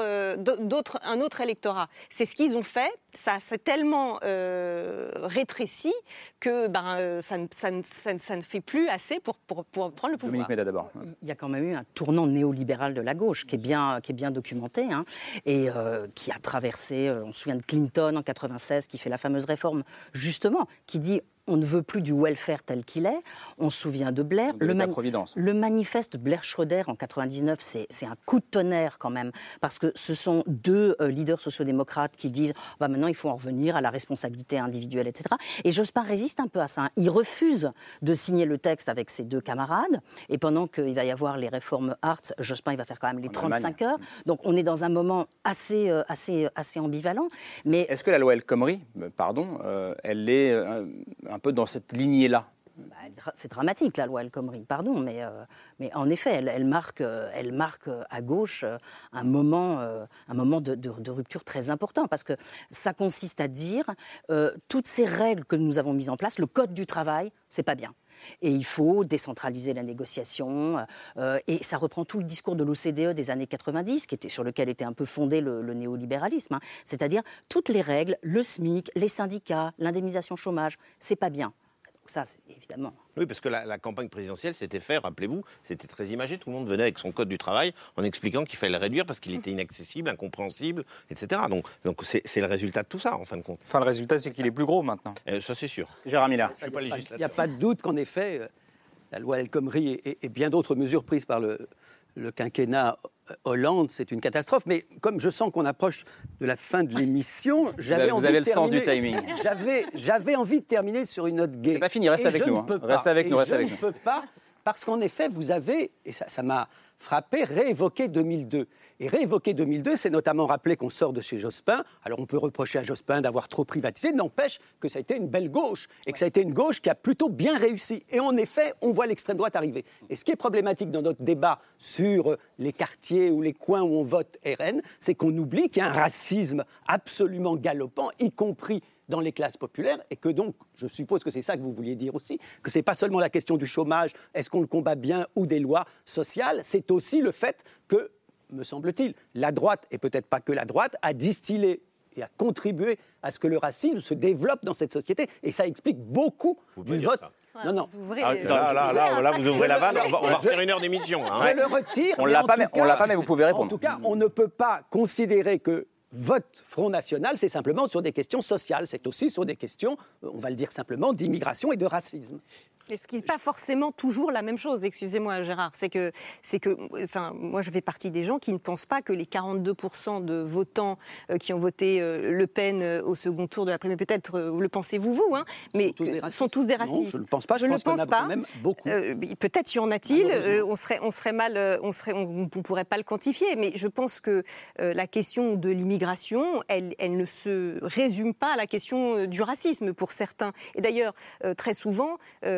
un autre électorat ? C'est ce qu'ils ont fait. Ça s'est tellement rétréci que ça ne fait plus assez pour prendre le pouvoir.
Dominique Méda d'abord.
Il y a quand même eu un tournant néolibéral de la gauche qui est bien documenté et qui a traversé, on se souvient de Clinton en 96 qui fait la fameuse réforme justement, qui dit on ne veut plus du welfare tel qu'il est. On se souvient de Blair. Le manifeste Blair-Schröder en 99, c'est un coup de tonnerre quand même, parce que ce sont deux leaders sociodémocrates qui disent maintenant il faut en revenir à la responsabilité individuelle, etc. Et Jospin résiste un peu à ça. Il refuse de signer le texte avec ses deux camarades, et pendant qu'il va y avoir les réformes Hartz, Jospin il va faire quand même les 35 heures. Donc on est dans un moment assez ambivalent. Mais
est-ce que la loi El Khomri, elle est un peu dans cette lignée-là?
C'est dramatique, la loi El Khomri, mais en effet, elle marque à gauche un moment de rupture très important, parce que ça consiste à dire toutes ces règles que nous avons mises en place, le code du travail, c'est pas bien. Et il faut décentraliser la négociation. Et ça reprend tout le discours de l'OCDE des années 90, sur lequel était un peu fondé le néolibéralisme. C'est-à-dire, toutes les règles, le SMIC, les syndicats, l'indemnisation chômage, c'est pas bien. Donc ça, c'est évidemment...
Oui, parce que la campagne présidentielle s'était faite, rappelez-vous, c'était très imagé. Tout le monde venait avec son code du travail en expliquant qu'il fallait le réduire parce qu'il était inaccessible, incompréhensible, etc. Donc c'est le résultat de tout ça, en fin de compte.
Enfin, le résultat, c'est qu'il est plus gros maintenant.
Ça, c'est sûr.
Gérard Miller.
Il n'y a pas de doute qu'en effet, la loi El Khomri et bien d'autres mesures prises par le quinquennat Hollande, c'est une catastrophe. Mais comme je sens qu'on approche de la fin de l'émission,
vous avez le sens du timing.
J'avais envie de terminer sur une note gaie.
C'est pas fini, reste avec nous. Reste avec nous.
Je ne peux pas, parce qu'en effet, vous avez, et ça m'a frappé, réévoqué 2002. Et réévoquer 2002, c'est notamment rappeler qu'on sort de chez Jospin. Alors on peut reprocher à Jospin d'avoir trop privatisé, n'empêche que ça a été une belle gauche, et que ça a été une gauche qui a plutôt bien réussi. Et en effet, on voit l'extrême droite arriver. Et ce qui est problématique dans notre débat sur les quartiers ou les coins où on vote RN, c'est qu'on oublie qu'il y a un racisme absolument galopant, y compris dans les classes populaires, et que donc, je suppose que c'est ça que vous vouliez dire aussi, que ce n'est pas seulement la question du chômage, est-ce qu'on le combat bien, ou des lois sociales, c'est aussi le fait que, me semble-t-il, la droite, et peut-être pas que la droite, a distillé et a contribué à ce que le racisme se développe dans cette société. Et ça explique beaucoup du vote. Non.
Là, vous ouvrez la vanne, on va refaire une heure d'émission.
Je le retire.
On l'a pas, mais vous pouvez répondre.
En tout cas, on ne peut pas considérer que vote Front National, c'est simplement sur des questions sociales. C'est aussi sur des questions, on va le dire simplement, d'immigration et de racisme.
Et ce qui n'est pas forcément toujours la même chose, excusez-moi Gérard, c'est que moi je fais partie des gens qui ne pensent pas que les 42% de votants qui ont voté Le Pen au second tour de la primaire, peut-être le pensez-vous, mais sont tous des racistes.
Non, je ne le pense pas, je pense qu'il y en a quand même beaucoup.
Peut-être y en a-t-il, on ne pourrait pas le quantifier, mais je pense que la question de l'immigration, elle ne se résume pas à la question du racisme pour certains. Et d'ailleurs, très souvent,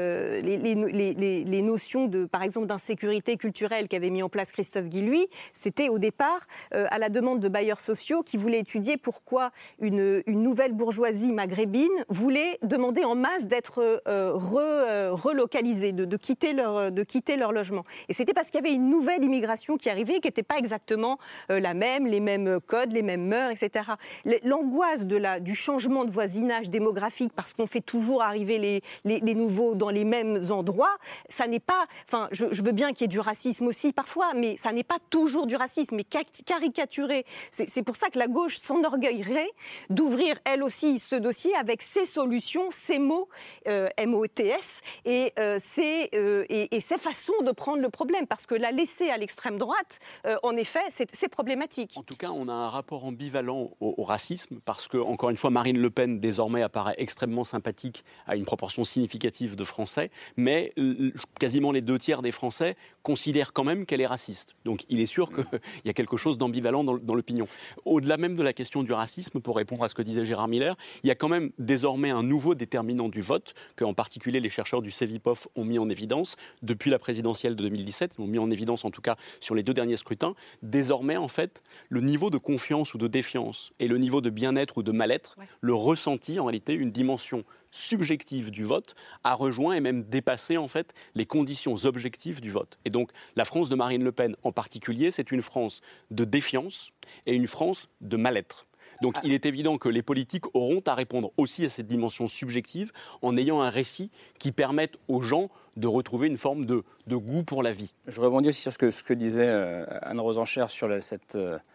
les notions par exemple, d'insécurité culturelle qu'avait mis en place Christophe Guilluy, c'était au départ à la demande de bailleurs sociaux qui voulaient étudier pourquoi une nouvelle bourgeoisie maghrébine voulait demander en masse d'être relocalisée, de quitter leur logement. Et c'était parce qu'il y avait une nouvelle immigration qui arrivait, qui n'était pas exactement la même, les mêmes codes, les mêmes mœurs, etc. L'angoisse du changement de voisinage démographique, parce qu'on fait toujours arriver les nouveaux dans les mêmes endroits, ça n'est pas... Enfin, je veux bien qu'il y ait du racisme aussi parfois, mais ça n'est pas toujours du racisme, mais caricaturé. C'est pour ça que la gauche s'enorgueillerait d'ouvrir elle aussi ce dossier avec ses solutions, ses mots, MOTS, et ses façons de prendre le problème, parce que la laisser à l'extrême droite, en effet, c'est problématique.
En tout cas, on a un rapport ambivalent au racisme, parce que, encore une fois, Marine Le Pen, désormais, apparaît extrêmement sympathique à une proportion significative de Français, mais quasiment les 2/3 des Français considèrent quand même qu'elle est raciste. Donc il est sûr qu'il y a quelque chose d'ambivalent dans l'opinion. Au-delà même de la question du racisme, pour répondre à ce que disait Gérard Miller, il y a quand même désormais un nouveau déterminant du vote, que en particulier les chercheurs du Cevipof ont mis en évidence depuis la présidentielle de 2017, ont mis en évidence en tout cas sur les 2 derniers scrutins. Désormais, en fait, le niveau de confiance ou de défiance et le niveau de bien-être ou de mal-être, le ressenti, en réalité, une dimension subjective du vote, a rejoint et même dépassé en fait les conditions objectives du vote. Et donc la France de Marine Le Pen en particulier, c'est une France de défiance et une France de mal-être. Donc il est évident que les politiques auront à répondre aussi à cette dimension subjective en ayant un récit qui permette aux gens de retrouver une forme de goût pour la vie.
Je rebondis aussi sur ce que disait Anne Rosenchère sur cette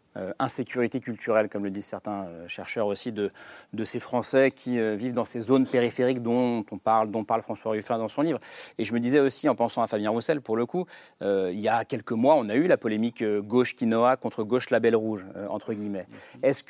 insécurité culturelle, comme le disent certains chercheurs aussi, de ces Français qui vivent dans ces zones périphériques dont parle François Ruffin dans son livre. Et je me disais aussi, en pensant à Fabien Roussel, pour le coup, il y a quelques mois, on a eu la polémique gauche quinoa contre gauche label rouge, entre guillemets. Est-ce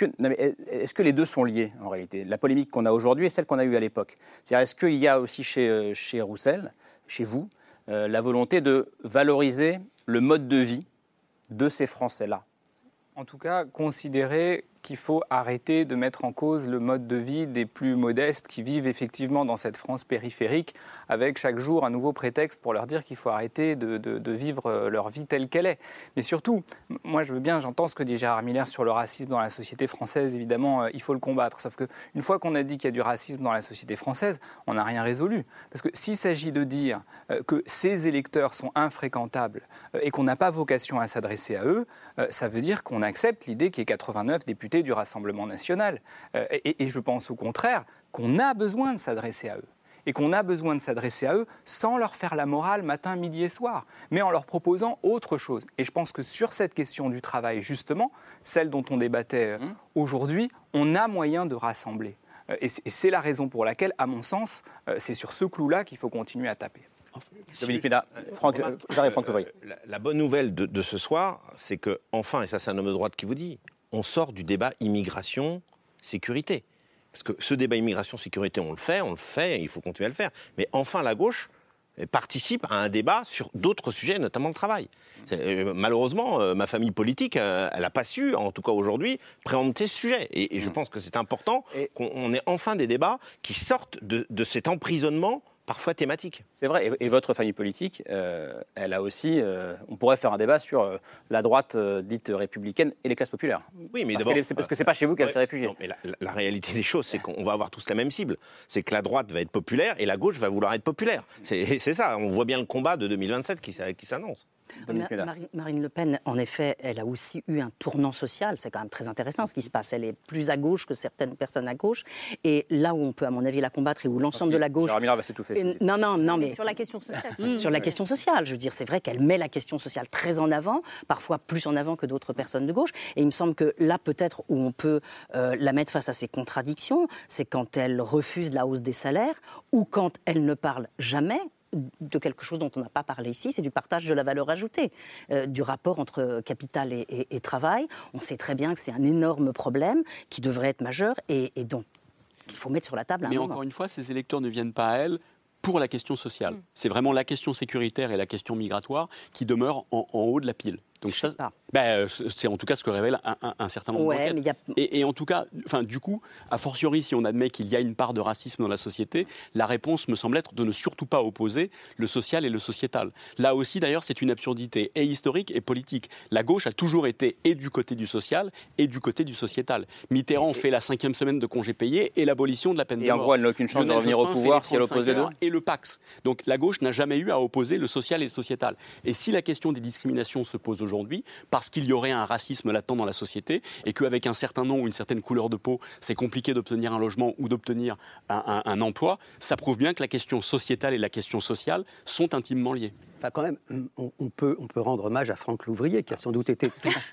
que les deux sont liés, en réalité? La polémique qu'on a aujourd'hui et celle qu'on a eue à l'époque. C'est-à-dire, est-ce qu'il y a aussi chez Roussel, chez vous, la volonté de valoriser le mode de vie de ces Français-là?
En tout cas, considérer qu'il faut arrêter de mettre en cause le mode de vie des plus modestes qui vivent effectivement dans cette France périphérique, avec chaque jour un nouveau prétexte pour leur dire qu'il faut arrêter de vivre leur vie telle qu'elle est. Mais surtout, moi j'entends ce que dit Gérard Miller sur le racisme dans la société française, évidemment, il faut le combattre. Sauf qu'une fois qu'on a dit qu'il y a du racisme dans la société française, on n'a rien résolu. Parce que s'il s'agit de dire que ces électeurs sont infréquentables et qu'on n'a pas vocation à s'adresser à eux, ça veut dire qu'on accepte l'idée qu'il y ait 89 députés du Rassemblement national. Et je pense au contraire qu'on a besoin de s'adresser à eux. Et qu'on a besoin de s'adresser à eux sans leur faire la morale matin, midi et soir, mais en leur proposant autre chose. Et je pense que sur cette question du travail, justement, celle dont on débattait aujourd'hui, on a moyen de rassembler. Et c'est la raison pour laquelle, à mon sens, c'est sur ce clou-là qu'il faut continuer à taper.
Dominique Méda, j'arrive, Franck Louvrier.
La bonne nouvelle de ce soir, c'est que, enfin, et ça c'est un homme de droite qui vous dit, on sort du débat immigration-sécurité. Parce que ce débat immigration-sécurité, on le fait, il faut continuer à le faire. Mais enfin, la gauche participe à un débat sur d'autres sujets, notamment le travail. Malheureusement, ma famille politique, elle n'a pas su, en tout cas aujourd'hui, préempter ce sujet. Et je pense que c'est important qu'on ait enfin des débats qui sortent de cet emprisonnement parfois thématique.
C'est vrai, et votre famille politique, elle a aussi, on pourrait faire un débat sur la droite dite républicaine et les classes populaires.
Oui, mais
d'abord, parce que c'est pas chez vous qu'elle s'est réfugiée.
Non, mais la réalité des choses, c'est qu'on va avoir tous la même cible. C'est que la droite va être populaire et la gauche va vouloir être populaire. C'est ça, on voit bien le combat de 2027 qui s'annonce.
Marine Le Pen, en effet, elle a aussi eu un tournant social. C'est quand même très intéressant ce qui se passe. Elle est plus à gauche que certaines personnes à gauche. Et là où on peut, à mon avis, la combattre et où l'ensemble de la gauche...
Gérard Miller va s'étouffer.
Non, mais
sur la question sociale.
Sur la question sociale, je veux dire, c'est vrai qu'elle met la question sociale très en avant, parfois plus en avant que d'autres personnes de gauche. Et il me semble que là, peut-être, où on peut la mettre face à ses contradictions, c'est quand elle refuse la hausse des salaires ou quand elle ne parle jamais de quelque chose dont on n'a pas parlé ici, c'est du partage de la valeur ajoutée, du rapport entre capital et travail. On sait très bien que c'est un énorme problème qui devrait être majeur et donc il faut mettre sur la table un moment.
Mais encore une fois, ces électeurs ne viennent pas à elle pour la question sociale. C'est vraiment la question sécuritaire et la question migratoire qui demeurent en haut de la pile. Donc ça, c'est en tout cas ce que révèle un certain nombre d'enquêtes. Et en tout cas, du coup, a fortiori, si on admet qu'il y a une part de racisme dans la société, la réponse me semble être de ne surtout pas opposer le social et le sociétal. Là aussi, d'ailleurs, c'est une absurdité et historique et politique. La gauche a toujours été et du côté du social et du côté du sociétal. Mitterrand fait la 5e semaine de congé payé et l'abolition de la peine de mort.
Et en gros, elle n'a aucune chance de revenir au pouvoir si elle oppose les deux.
Et le Pax. Donc la gauche n'a jamais eu à opposer le social et le sociétal. Et si la question des discriminations se pose aujourd'hui, parce qu'il y aurait un racisme latent dans la société et qu'avec un certain nom ou une certaine couleur de peau, c'est compliqué d'obtenir un logement ou d'obtenir un emploi, ça prouve bien que la question sociétale et la question sociale sont intimement liées.
Enfin, quand même, on peut rendre hommage à Franck Louvrier, qui a sans doute été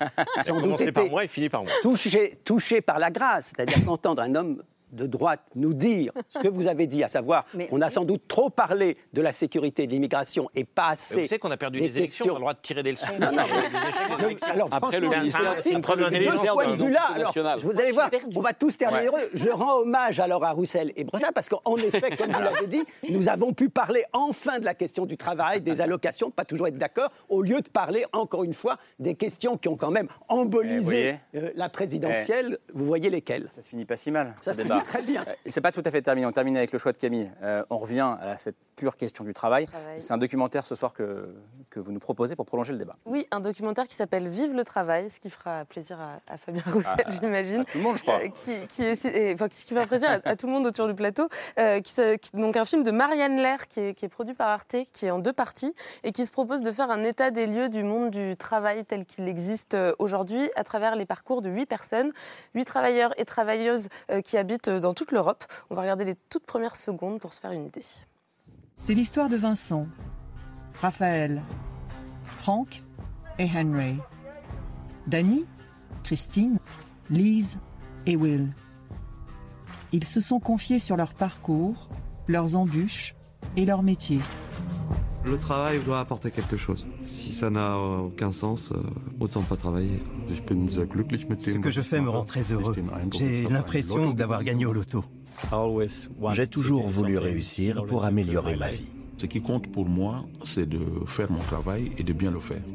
par moi et fini par moi.
touché par la grâce, c'est-à-dire qu'entendre un homme de droite nous dire ce que vous avez dit, à savoir qu'on a sans doute trop parlé de la sécurité de l'immigration et pas assez.
Mais vous savez qu'on a perdu des élections, on a le droit de tirer des leçons.
Alors,
après le ministère,
c'est une preuve d'intelligence.
Vous allez voir, on va tous terminer heureux. Je rends hommage alors à Roussel et Bressin parce qu'en effet, comme vous l'avez dit, nous avons pu parler enfin de la question du travail, des allocations, pas toujours être d'accord, au lieu de parler encore une fois des questions qui ont quand même embolisé la présidentielle. Vous voyez lesquelles.
Ça se finit pas si mal.
Ça se finit très bien.
C'est pas tout à fait terminé. On termine avec le choix de Camille. On revient à cette pure question du travail. C'est un documentaire ce soir que vous nous proposez pour prolonger le débat.
Oui, un documentaire qui s'appelle Vive le travail, ce qui fera plaisir à Fabien Roussel, j'imagine.
À tout le monde, je crois.
Ce qui fera plaisir à tout le monde autour du plateau. Donc un film de Marianne Lair qui est produit par Arte, qui est en 2 parties et qui se propose de faire un état des lieux du monde du travail tel qu'il existe aujourd'hui à travers les parcours de 8 personnes, 8 travailleurs et travailleuses qui habitent dans toute l'Europe. On va regarder les toutes premières secondes pour se faire une idée.
C'est l'histoire de Vincent, Raphaël, Franck et Henry. Danny, Christine, Lise et Will. Ils se sont confiés sur leur parcours, leurs embûches et leur métier.
Le travail doit apporter quelque chose. Si ça n'a aucun sens, autant pas travailler.
Ce que je fais me rend très heureux. J'ai l'impression d'avoir gagné au loto.
J'ai toujours voulu réussir pour améliorer ma vie.
Ce qui compte pour moi, c'est de faire mon travail et de bien le faire.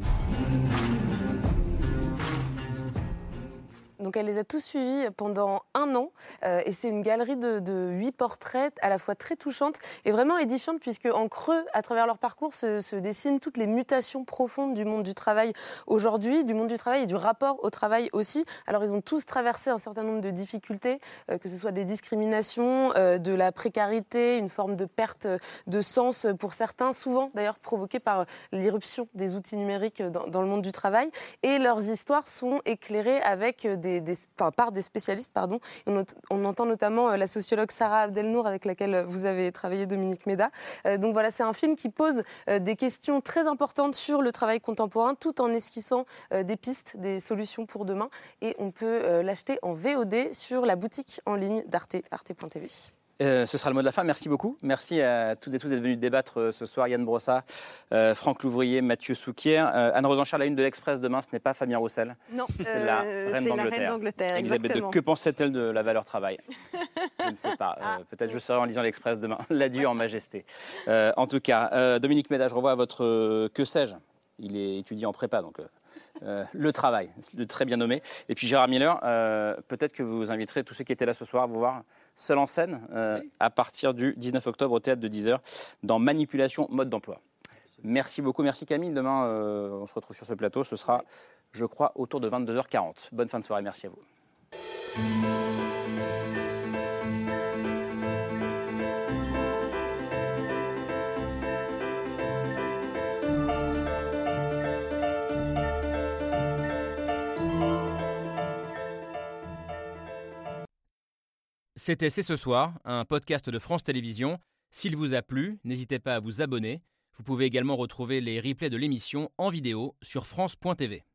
Donc elle les a tous suivis pendant 1 an et c'est une galerie de 8 portraits à la fois très touchantes et vraiment édifiantes puisque en creux, à travers leur parcours, se dessinent toutes les mutations profondes du monde du travail aujourd'hui, du monde du travail et du rapport au travail aussi. Alors ils ont tous traversé un certain nombre de difficultés, que ce soit des discriminations, de la précarité, une forme de perte de sens pour certains, souvent d'ailleurs provoquée par l'irruption des outils numériques dans le monde du travail. Et leurs histoires sont éclairées avec par des spécialistes. On entend notamment la sociologue Sarah Abdelnour avec laquelle vous avez travaillé, Dominique Méda. Donc voilà, c'est un film qui pose des questions très importantes sur le travail contemporain tout en esquissant des pistes, des solutions pour demain. Et on peut l'acheter en VOD sur la boutique en ligne d'Arte, arte.tv.
Ce sera le mot de la fin. Merci beaucoup. Merci à toutes et tous d'être venus débattre ce soir. Yann Brossat, Franck Louvrier, Mathieu Souquier. Anne Rosenchal, la une de l'Express demain, ce n'est pas Fabien Roussel.
Non,
c'est la reine d'Angleterre. Elisabeth II, que pense-t-elle de la valeur travail? Je ne sais pas. Peut-être je serai en lisant l'Express demain. L'adieu en majesté. En tout cas, Dominique Méda, je revois votre que sais-je. Il est étudiant en prépa, donc le travail, le très bien nommé. Et puis Gérard Miller, peut-être que vous inviterez tous ceux qui étaient là ce soir à vous voir seul en scène à partir du 19 octobre au Théâtre de 10h dans Manipulation, mode d'emploi. Merci beaucoup, merci Camille. Demain, on se retrouve sur ce plateau. Ce sera, je crois, autour de 22h40. Bonne fin de soirée, merci à vous. C'était C'est ce soir, un podcast de France Télévisions. S'il vous a plu, n'hésitez pas à vous abonner. Vous pouvez également retrouver les replays de l'émission en vidéo sur France.tv.